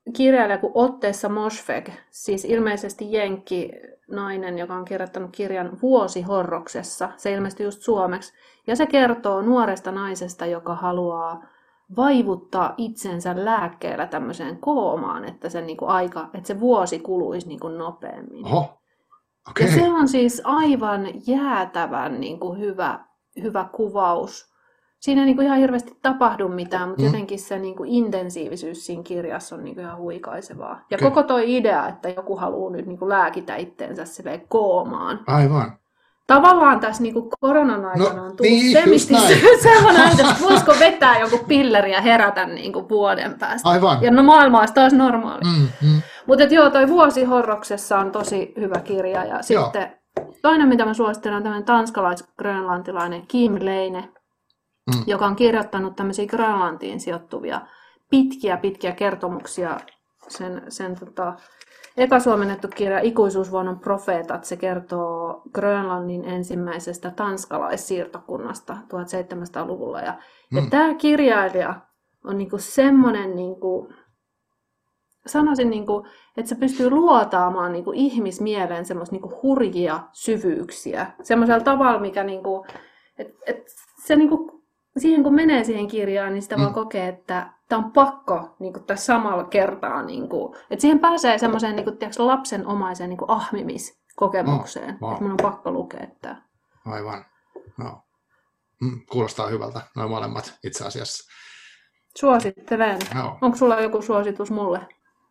kirjailija kuin Ottessa Moshfegh, siis ilmeisesti jenkki nainen, joka on kirjoittanut kirjan Vuosi horroksessa. Se ilmestyi just suomeksi. Ja se kertoo nuoresta naisesta, joka haluaa vaivuttaa itsensä lääkkeellä tämmöiseen koomaan, että, sen niinku aika, että se vuosi kuluisi niinku nopeammin. Oho. Okay. Ja se on siis aivan jäätävän niinku hyvä, hyvä kuvaus. Siinä ei niinku ihan hirveästi tapahdu mitään, mutta mm. jotenkin se niinku intensiivisyys siinä kirjassa on niinku ihan huikaisevaa. Ja okay. koko toi idea, että joku haluaa nyt niinku lääkitä itteensä silleen koomaan. Aivan. Tavallaan tässä niinku koronan aikana no, on tullut niin, se, mistä sellainen, että voisiko vetää joku pilleri ja herätä niinku vuoden päästä. Aivan. Ja no maailma olisi taas normaali. Mm, mm. Mutta joo, toi Vuosi horroksessa on tosi hyvä kirja. Ja sitten toinen, mitä mä suosittelen, on tämmöinen tanskalais-grönlantilainen Kim Leine, mm. joka on kirjoittanut tämmöisiä Grönlantiin sijoittuvia pitkiä, pitkiä kertomuksia. Sen, sen tota, eka suomennettu kirja Ikuisuusvuonon profeetat, se kertoo Grönlannin ensimmäisestä tanskalaissiirtokunnasta tuhatseitsemänsataaluvulla. Ja, mm. ja tämä kirjailija on niinku semmoinen, niinku, sanoisin, niinku, että se pystyy luotaamaan niinku ihmismieleen semmoista niinku hurjia syvyyksiä. Semmoisella tavalla, mikä niinku, et, et se niinku, siihen kun menee siihen kirjaan, niin sitä mm. vaan kokee, että tämä on pakko niin kuin tässä samalla kertaa. Niin kuin, että siihen pääsee semmoiseen niin kuin, tiedätkö, lapsenomaiseen niin kuin ahmimiskokemukseen. Oh, wow. Että mun on pakko lukea tämä. Aivan. No. Mm, kuulostaa hyvältä, noin molemmat itse asiassa. Suosittelen. No. Onko sulla joku suositus mulle?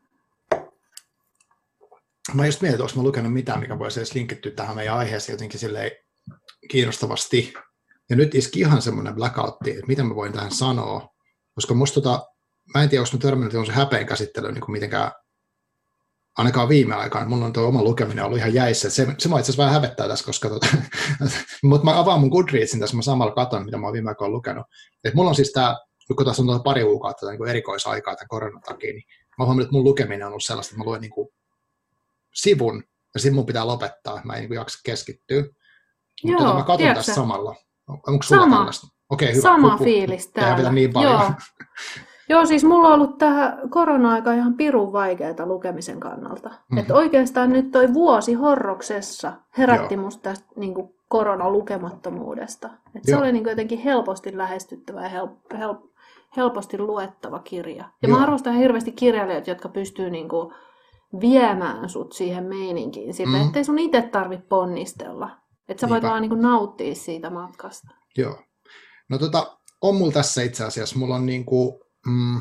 Mä just mietin, että onko mä lukenut mitään, mikä voisi edes linkittyä tähän meidän aiheeseen jotenkin silleen kiinnostavasti. Ja nyt iski ihan semmoinen blackoutti, että mitä mä voin tähän sanoa. Koska musta tota, mä en tiedä, onko mä törmännyt on se häpeen käsittely niin kuin mitenkään, ainakaan viime aikaan. Mulla on tuo oma lukeminen ollut ihan jäissä. Se, se mua itse asiassa vähän hävettää tässä, koska tota, mutta mä avaan mun Goodreadsin tässä, mä samalla katon, mitä mä oon viime aikaan lukenut. Et mulla on siis tää, kun tässä on tuota pari kuukautta niin kuin erikoisaikaa tämän koronan takia, niin mä huomannut, että mun lukeminen on ollut sellaista, että mä luen niin kuin sivun, ja sitten mun pitää lopettaa, mä en niin kuin jaksa keskittyä. Mutta tota, mä katon tässä samalla. Onko sulla Sama. tällaista? Okei, hyvä. Sama Hupu. fiilis täällä. Niin paljon. Joo. Joo, siis mulla on ollut tämä korona-aika ihan pirun vaikeaa lukemisen kannalta. Mm-hmm. Että oikeastaan nyt toi Vuosi horroksessa herätti Joo. musta tästä niin kuin koronalukemattomuudesta. Että se oli niin kuin jotenkin helposti lähestyttävä ja help, help, helposti luettava kirja. Ja Joo. mä arvostan hirveästi kirjailijoita, jotka pystyy niin kuin viemään sut siihen meininkiin sille, mm-hmm. ettei sun itse tarvitse ponnistella. Että sä voit Niinpä. vaan niin kuin nauttia siitä matkasta. Joo. No tota, on mulla tässä itse asiassa, mulla on niinku, mm,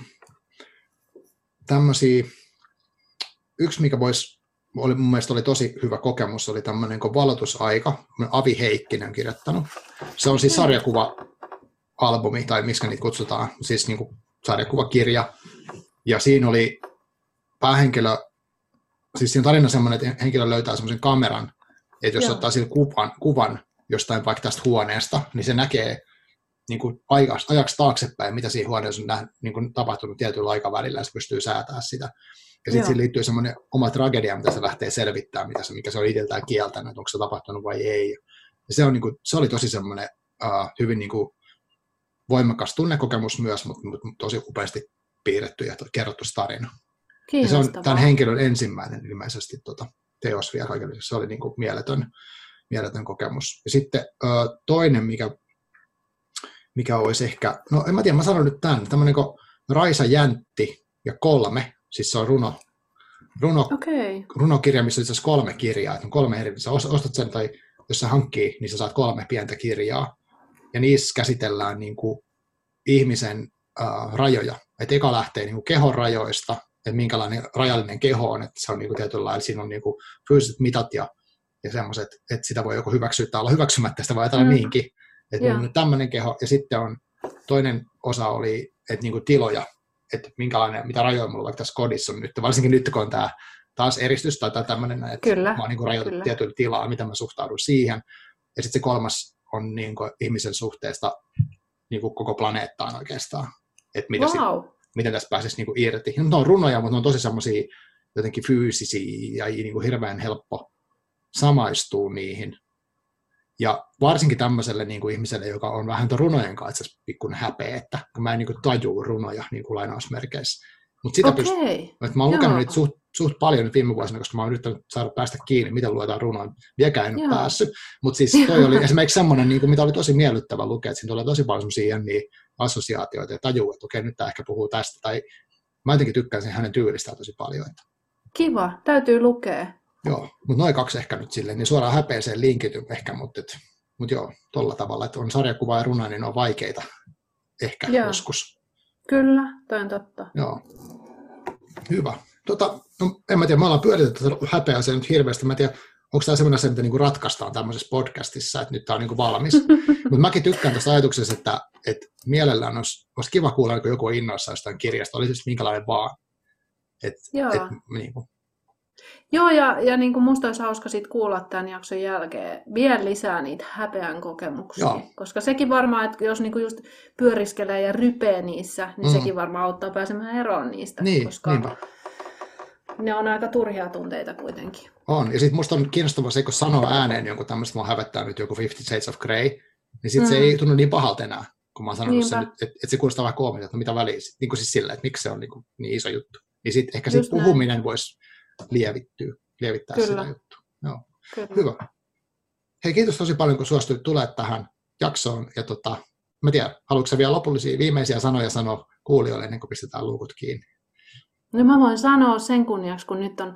tämmöisiä, yksi mikä voisi, oli, mun mielestä oli tosi hyvä kokemus, oli tämmöinen kuin Valotusaika, Avi Heikkinen kirjoittanut. Se on siis sarjakuva-albumi, tai miksi niitä kutsutaan, siis niinku sarjakuvakirja. Ja siinä oli päähenkilö, siis siinä tarina semmoinen, että henkilö löytää semmoisen kameran, että jos Joo. ottaa sille kuvan, kuvan jostain vaikka tästä huoneesta, niin se näkee niin kuin ajaksi, ajaksi taaksepäin, mitä siinä huoneessa on nähnyt, niin kuin tapahtunut tietyllä aikavälillä, ja se pystyy säätämään sitä. Ja sitten siihen liittyy semmoinen oma tragedia, mitä se lähtee selvittämään, mitä se, mikä se on itseltään kieltänyt, että onko se tapahtunut vai ei. Ja se, on, niin kuin, se oli tosi semmoinen uh, hyvin niin kuin voimakas tunnekokemus myös, mutta, mutta tosi upeasti piirretty ja kerrottu tarina. Ja se on tämän henkilön ensimmäinen ilmeisesti tota, teos vielä kaikille. Se oli niin kuin mieletön, mieletön kokemus. Ja sitten uh, toinen, mikä mikä olisi ehkä, no en mä tiedä, mä sanon nyt tämän, tämmöinen kuin Raisa Jäntti ja kolme, siis se on runo, runo, okay. runokirja, missä on itse asiassa kolme kirjaa, että on kolme eri, sä ostat sen tai jos sä hankkii, niin sä saat kolme pientä kirjaa, ja niissä käsitellään niin kuin ihmisen äh, rajoja, että eka lähtee niin kuin kehon rajoista, että minkälainen rajallinen keho on, että se on niin kuin tietyllä lailla, siinä on niin kuin fyysiset mitat ja, ja semmoiset, että sitä voi joko hyväksyä tai olla hyväksymättä, sitä voi ajatella mm. niinkin. Että on nyt tämmöinen keho, ja sitten on toinen osa oli, että niinku tiloja, että minkälainen, mitä rajoja mulla vaikka tässä kodissa on nyt, varsinkin nyt kun on tämä taas eristys tai tämmöinen, että kyllä, mä oon niinku rajoitettu tietyllä tilaa, miten mä suhtaudun siihen. Ja sitten se kolmas on niinku ihmisen suhteesta niinku koko planeettaan oikeastaan, että mitä wow. sit, miten tässä pääsisi niinku irti. Ne on runoja, mutta ne on tosi semmoisia jotenkin fyysisiä ja niinku hirveän helppo samaistua niihin. Ja varsinkin tämmöiselle niin kuin ihmiselle, joka on vähän runojen kanssa pikkuinen häpeä, että kun mä en niin kuin tajuu runoja niin kuin lainausmerkeissä. Mutta sitä Okei. pystyy. Mä oon lukenut Joo. niitä suht, suht paljon nyt viime vuosina, koska mä oon yrittänyt saada päästä kiinni, miten luetaan runoa. Vieläkään en ole Joo. päässyt. Mutta siis toi oli esimerkiksi semmoinen, niin kuin, mitä oli tosi miellyttävä lukea, että siinä tulee tosi paljon semmoisia jänniä assosiaatioita ja tajuu, että okei, nyt tämä ehkä puhuu tästä. Tai mä jotenkin tykkään hänen tyylistään tosi paljon. Että. Kiva, täytyy lukea. Joo, mutta noin kaksi ehkä nyt silleen, niin suoraan häpeeseen linkity ehkä, mutta, et, mutta joo, tolla tavalla, että on sarjakuva ja runa, niin ne on vaikeita ehkä Joo. joskus. Kyllä, toi on totta. Joo, hyvä. Tota, no, en mä tiedä, me ollaan pyöritetty häpeäseen nyt hirveästi, mä en tiedä, onko tämä semmoinen asia, mitä niinku ratkaistaan tämmöisessä podcastissa, että nyt tämä on niinku valmis. Mutta mäkin tykkään tästä ajatuksesta, että, että mielellään olisi, olisi kiva kuulla, kun joku on innoissaan jostain kirjasta, oli siis minkälainen vaan. Et, Joo. et, niinku. Joo, ja, ja niin kuin musta olisi hauska sit kuulla tämän jakson jälkeen vielä lisää niitä häpeän kokemuksia. Joo. Koska sekin varmaan, että jos niinku just pyöriskelee ja rypee niissä, niin Mm. sekin varmaan auttaa pääsemään eroon niistä. Niin, koska niinpä. ne on aika turhia tunteita kuitenkin. On, ja sitten musta on kiinnostavaa se, kun sanoo ääneen jonkun tämmöistä, mua hävettää nyt joku Fifty Shades of Grey, niin sitten mm. se ei tunnu niin pahalta enää, kun mä oon sanonut Niinpä. sen, että et se kuulostaa vähän koomiselta, että mitä väliä, sit, niin kuin siis sillä, että miksi se on niin, kuin, niin iso juttu. Niin sitten ehkä siitä puhuminen voisi lievittyä, lievittää Kyllä. sitä juttua. Joo. Kyllä. Hyvä. Hei, kiitos tosi paljon, kun suostuit tulemaan tähän jaksoon, ja tota, mä tiedän, haluatko sä vielä lopullisia viimeisiä sanoja sanoa kuulijoille, ennen kuin pistetään luukut kiinni? No mä voin sanoa sen kunniaksi, kun nyt on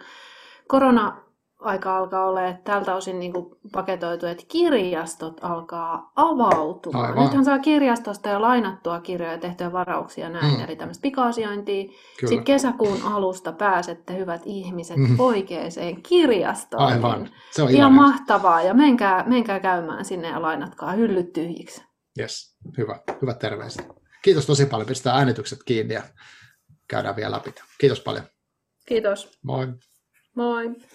korona-aika alkaa olla tältä osin niin kuin paketoitu, että kirjastot alkaa avautumaan. Aivan. Nythän saa kirjastosta jo lainattua kirjoja ja tehtyä varauksia näin, Mm. eli tämmöistä pika-asiointia. Kyllä. Sitten kesäkuun alusta pääsette, hyvät ihmiset, Mm. oikeaan kirjastoon. Aivan, se on Ihan ihana. mahtavaa, ja menkää, menkää käymään sinne ja lainatkaa hyllyt tyhjiksi. Yes, hyvä. Hyvät terveiset. Kiitos tosi paljon. Pistetään äänitykset kiinni ja käydään vielä läpi. Kiitos paljon. Kiitos. Moi. Moi.